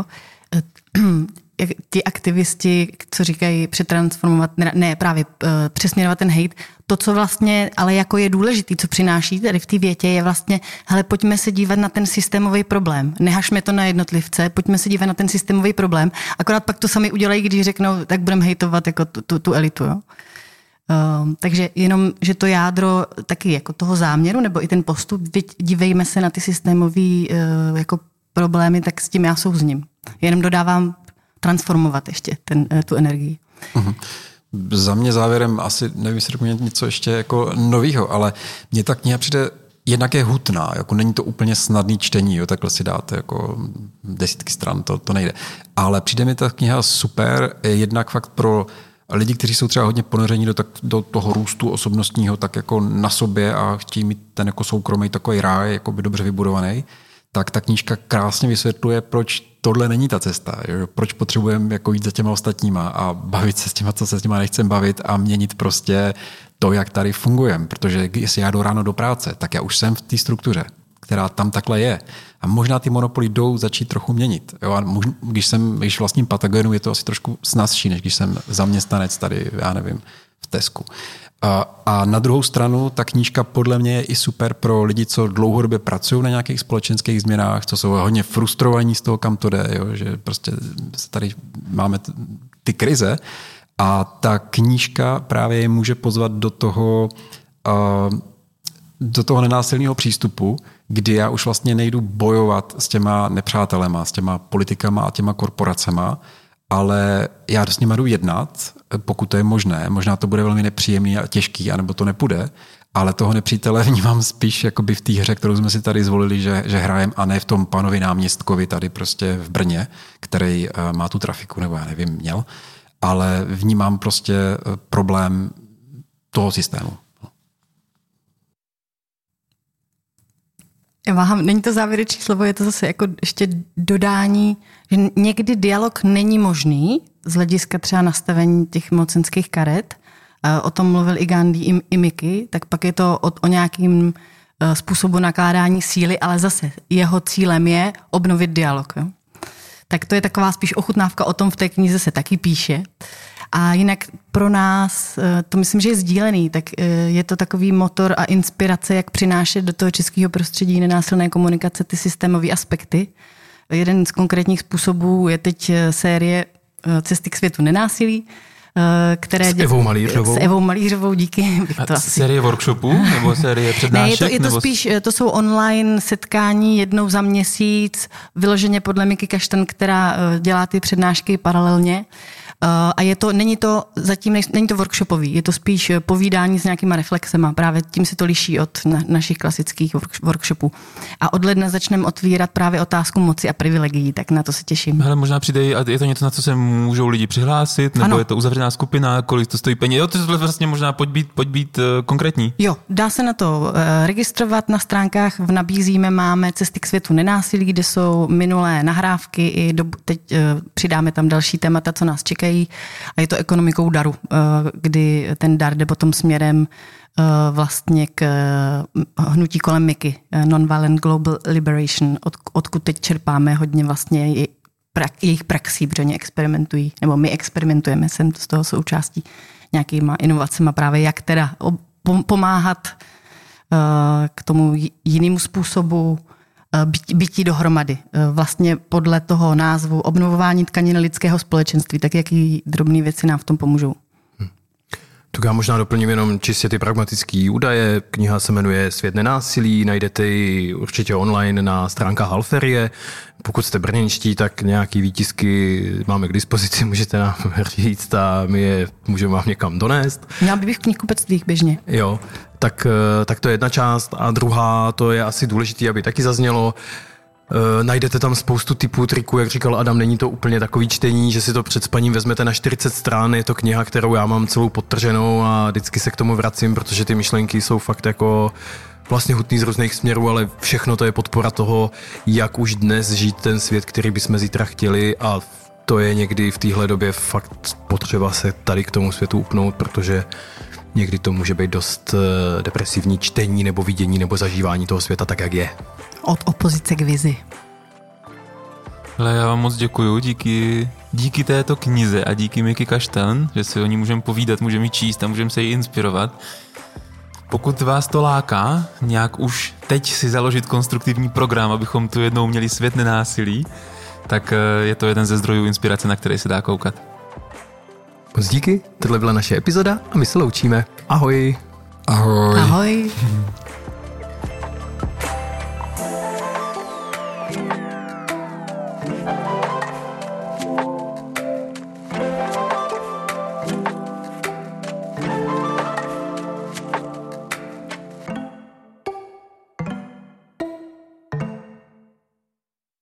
Ti aktivisti, co říkají přetransformovat, ne právě přesměrovat ten hejt, to, co vlastně, ale jako je důležitý, co přináší tady v té větě, je vlastně, hele, pojďme se dívat na ten systémový problém. Nehažme to na jednotlivce, pojďme se dívat na ten systémový problém. Akorát pak to sami udělají, když řeknou, tak budeme hejtovat jako tu elitu, jo. Takže jenom, že to jádro taky jako toho záměru, nebo i ten postup, dívejme se na ty systémové jako problémy, tak s tím já souzním. Jenom dodávám transformovat ještě tu energii. Uh-huh. Za mě závěrem asi, nevím, jestli řeknu něco ještě jako novýho, ale mně ta kniha přijde, jednak je hutná, jako není to úplně snadný čtení, jo, takhle si dáte jako 10 stran, to nejde. Ale přijde mi ta kniha super, jednak fakt pro lidi, kteří jsou třeba hodně ponoření do toho růstu osobnostního, tak jako na sobě a chtějí mít ten jako soukromý takový ráj, jako by dobře vybudovaný, tak ta knížka krásně vysvětluje, proč tohle není ta cesta. Jo? Proč potřebujeme jako jít za těma ostatníma a bavit se s těma, co se s těma nechcem bavit a měnit prostě to, jak tady fungujeme. Protože jestli já jdu ráno do práce, tak já už jsem v té struktuře, která tam takhle je. A možná ty monopoly jdou začít trochu měnit. Jo? A když vlastním Patagonu, je to asi trošku snazší, než když jsem zaměstnanec tady, já nevím, v Tesku. A na druhou stranu ta knížka podle mě je i super pro lidi, co dlouhodobě pracují na nějakých společenských změnách, co jsou hodně frustrovaní z toho, kam to jde, jo? Že prostě tady máme ty krize a ta knížka právě je může pozvat do toho nenásilného přístupu, kdy já už vlastně nejdu bojovat s těma nepřátelema, s těma politikama a těma korporacema, ale já s nimi jdu jednat, pokud to je možné. Možná to bude velmi nepříjemný a těžký, anebo to nepůjde, ale toho nepřítele vnímám spíš jakoby v té hře, kterou jsme si tady zvolili, že hrajeme, a ne v tom panovi náměstkovi tady prostě v Brně, který má tu trafiku, nebo já nevím, měl, ale vnímám prostě problém toho systému. Já váhám, není to závěrečné slovo, je to zase jako ještě dodání, že někdy dialog není možný z hlediska třeba nastavení těch mocenských karet. O tom mluvil i Gandhi, i Miky, tak pak je to o nějakým způsobu nakládání síly, ale zase jeho cílem je obnovit dialog. Jo? Tak to je taková spíš ochutnávka, o tom v té knize se taky píše. A jinak pro nás, to myslím, že je sdílený, tak je to takový motor a inspirace, jak přinášet do toho českého prostředí nenásilné komunikace ty systémové aspekty. Jeden z konkrétních způsobů je teď série Cesty k světu nenásilí, které... S Evou Malířovou. S Evou Malířovou, díky. Série workshopů nebo série přednášek? Ne, je to spíš, to jsou online setkání jednou za měsíc, vyloženě podle Miky Kaštan, která dělá ty přednášky paralelně. A není to workshopový, je to spíš povídání s nějakýma reflexema. Právě tím se to liší od našich klasických workshopů. A od ledna začneme otvírat právě otázku moci a privilegií, tak na to se těším. Hele, možná přidej, a je to něco, na co se můžou lidi přihlásit, nebo ano. Je to uzavřená skupina, kolik to stojí peněz? Jo, to je vlastně možná pojď být konkrétní. Jo, dá se na to registrovat na stránkách, máme Cesty k světu nenásilí, kde jsou minulé nahrávky i teď přidáme tam další témata, co nás čekají a je to ekonomikou daru, kdy ten dar jde potom směrem vlastně k hnutí kolem MIKI, Nonviolent Global Liberation, odkud teď čerpáme hodně vlastně jejich praxí, protože oni experimentují, nebo my experimentujeme, jsem z toho součástí nějakýma inovacemi právě, jak teda pomáhat k tomu jinému způsobu bytí dohromady. Vlastně podle toho názvu obnovování tkaniny lidského společenství, tak jaký drobné věci nám v tom pomůžou. Tak já možná doplním jenom čistě ty pragmatické údaje. Kniha se jmenuje Svět nenásilí, najdete ji určitě online na stránkách Alferie. Pokud jste brněnští, tak nějaký výtisky máme k dispozici, můžete nám říct a my je můžeme vám někam donést. Já bych v knihkupectvích běžně. Jo, tak to je jedna část a druhá, to je asi důležité, aby taky zaznělo. Najdete tam spoustu typů triků, jak říkal Adam, není to úplně takový čtení, že si to před spaním vezmete na 40 stran, je to kniha, kterou já mám celou podtrženou a vždycky se k tomu vracím, protože ty myšlenky jsou fakt jako vlastně hutný z různých směrů, ale všechno to je podpora toho, jak už dnes žít ten svět, který bychom zítra chtěli a to je někdy v téhle době fakt potřeba se tady k tomu světu upnout, protože někdy to může být dost depresivní čtení nebo vidění nebo zažívání toho světa tak, jak je. Od opozice k vizi. Ale já vám moc děkuju, díky této knize a díky Miky Kaštan, že si o ní můžeme povídat, můžeme ji číst a můžeme se jí inspirovat. Pokud vás to láká, nějak už teď si založit konstruktivní program, abychom tu jednou měli svět nenásilí, tak je to jeden ze zdrojů inspirace, na který se dá koukat. Moc díky, tohle byla naše epizoda a my se loučíme. Ahoj. Ahoj. Ahoj.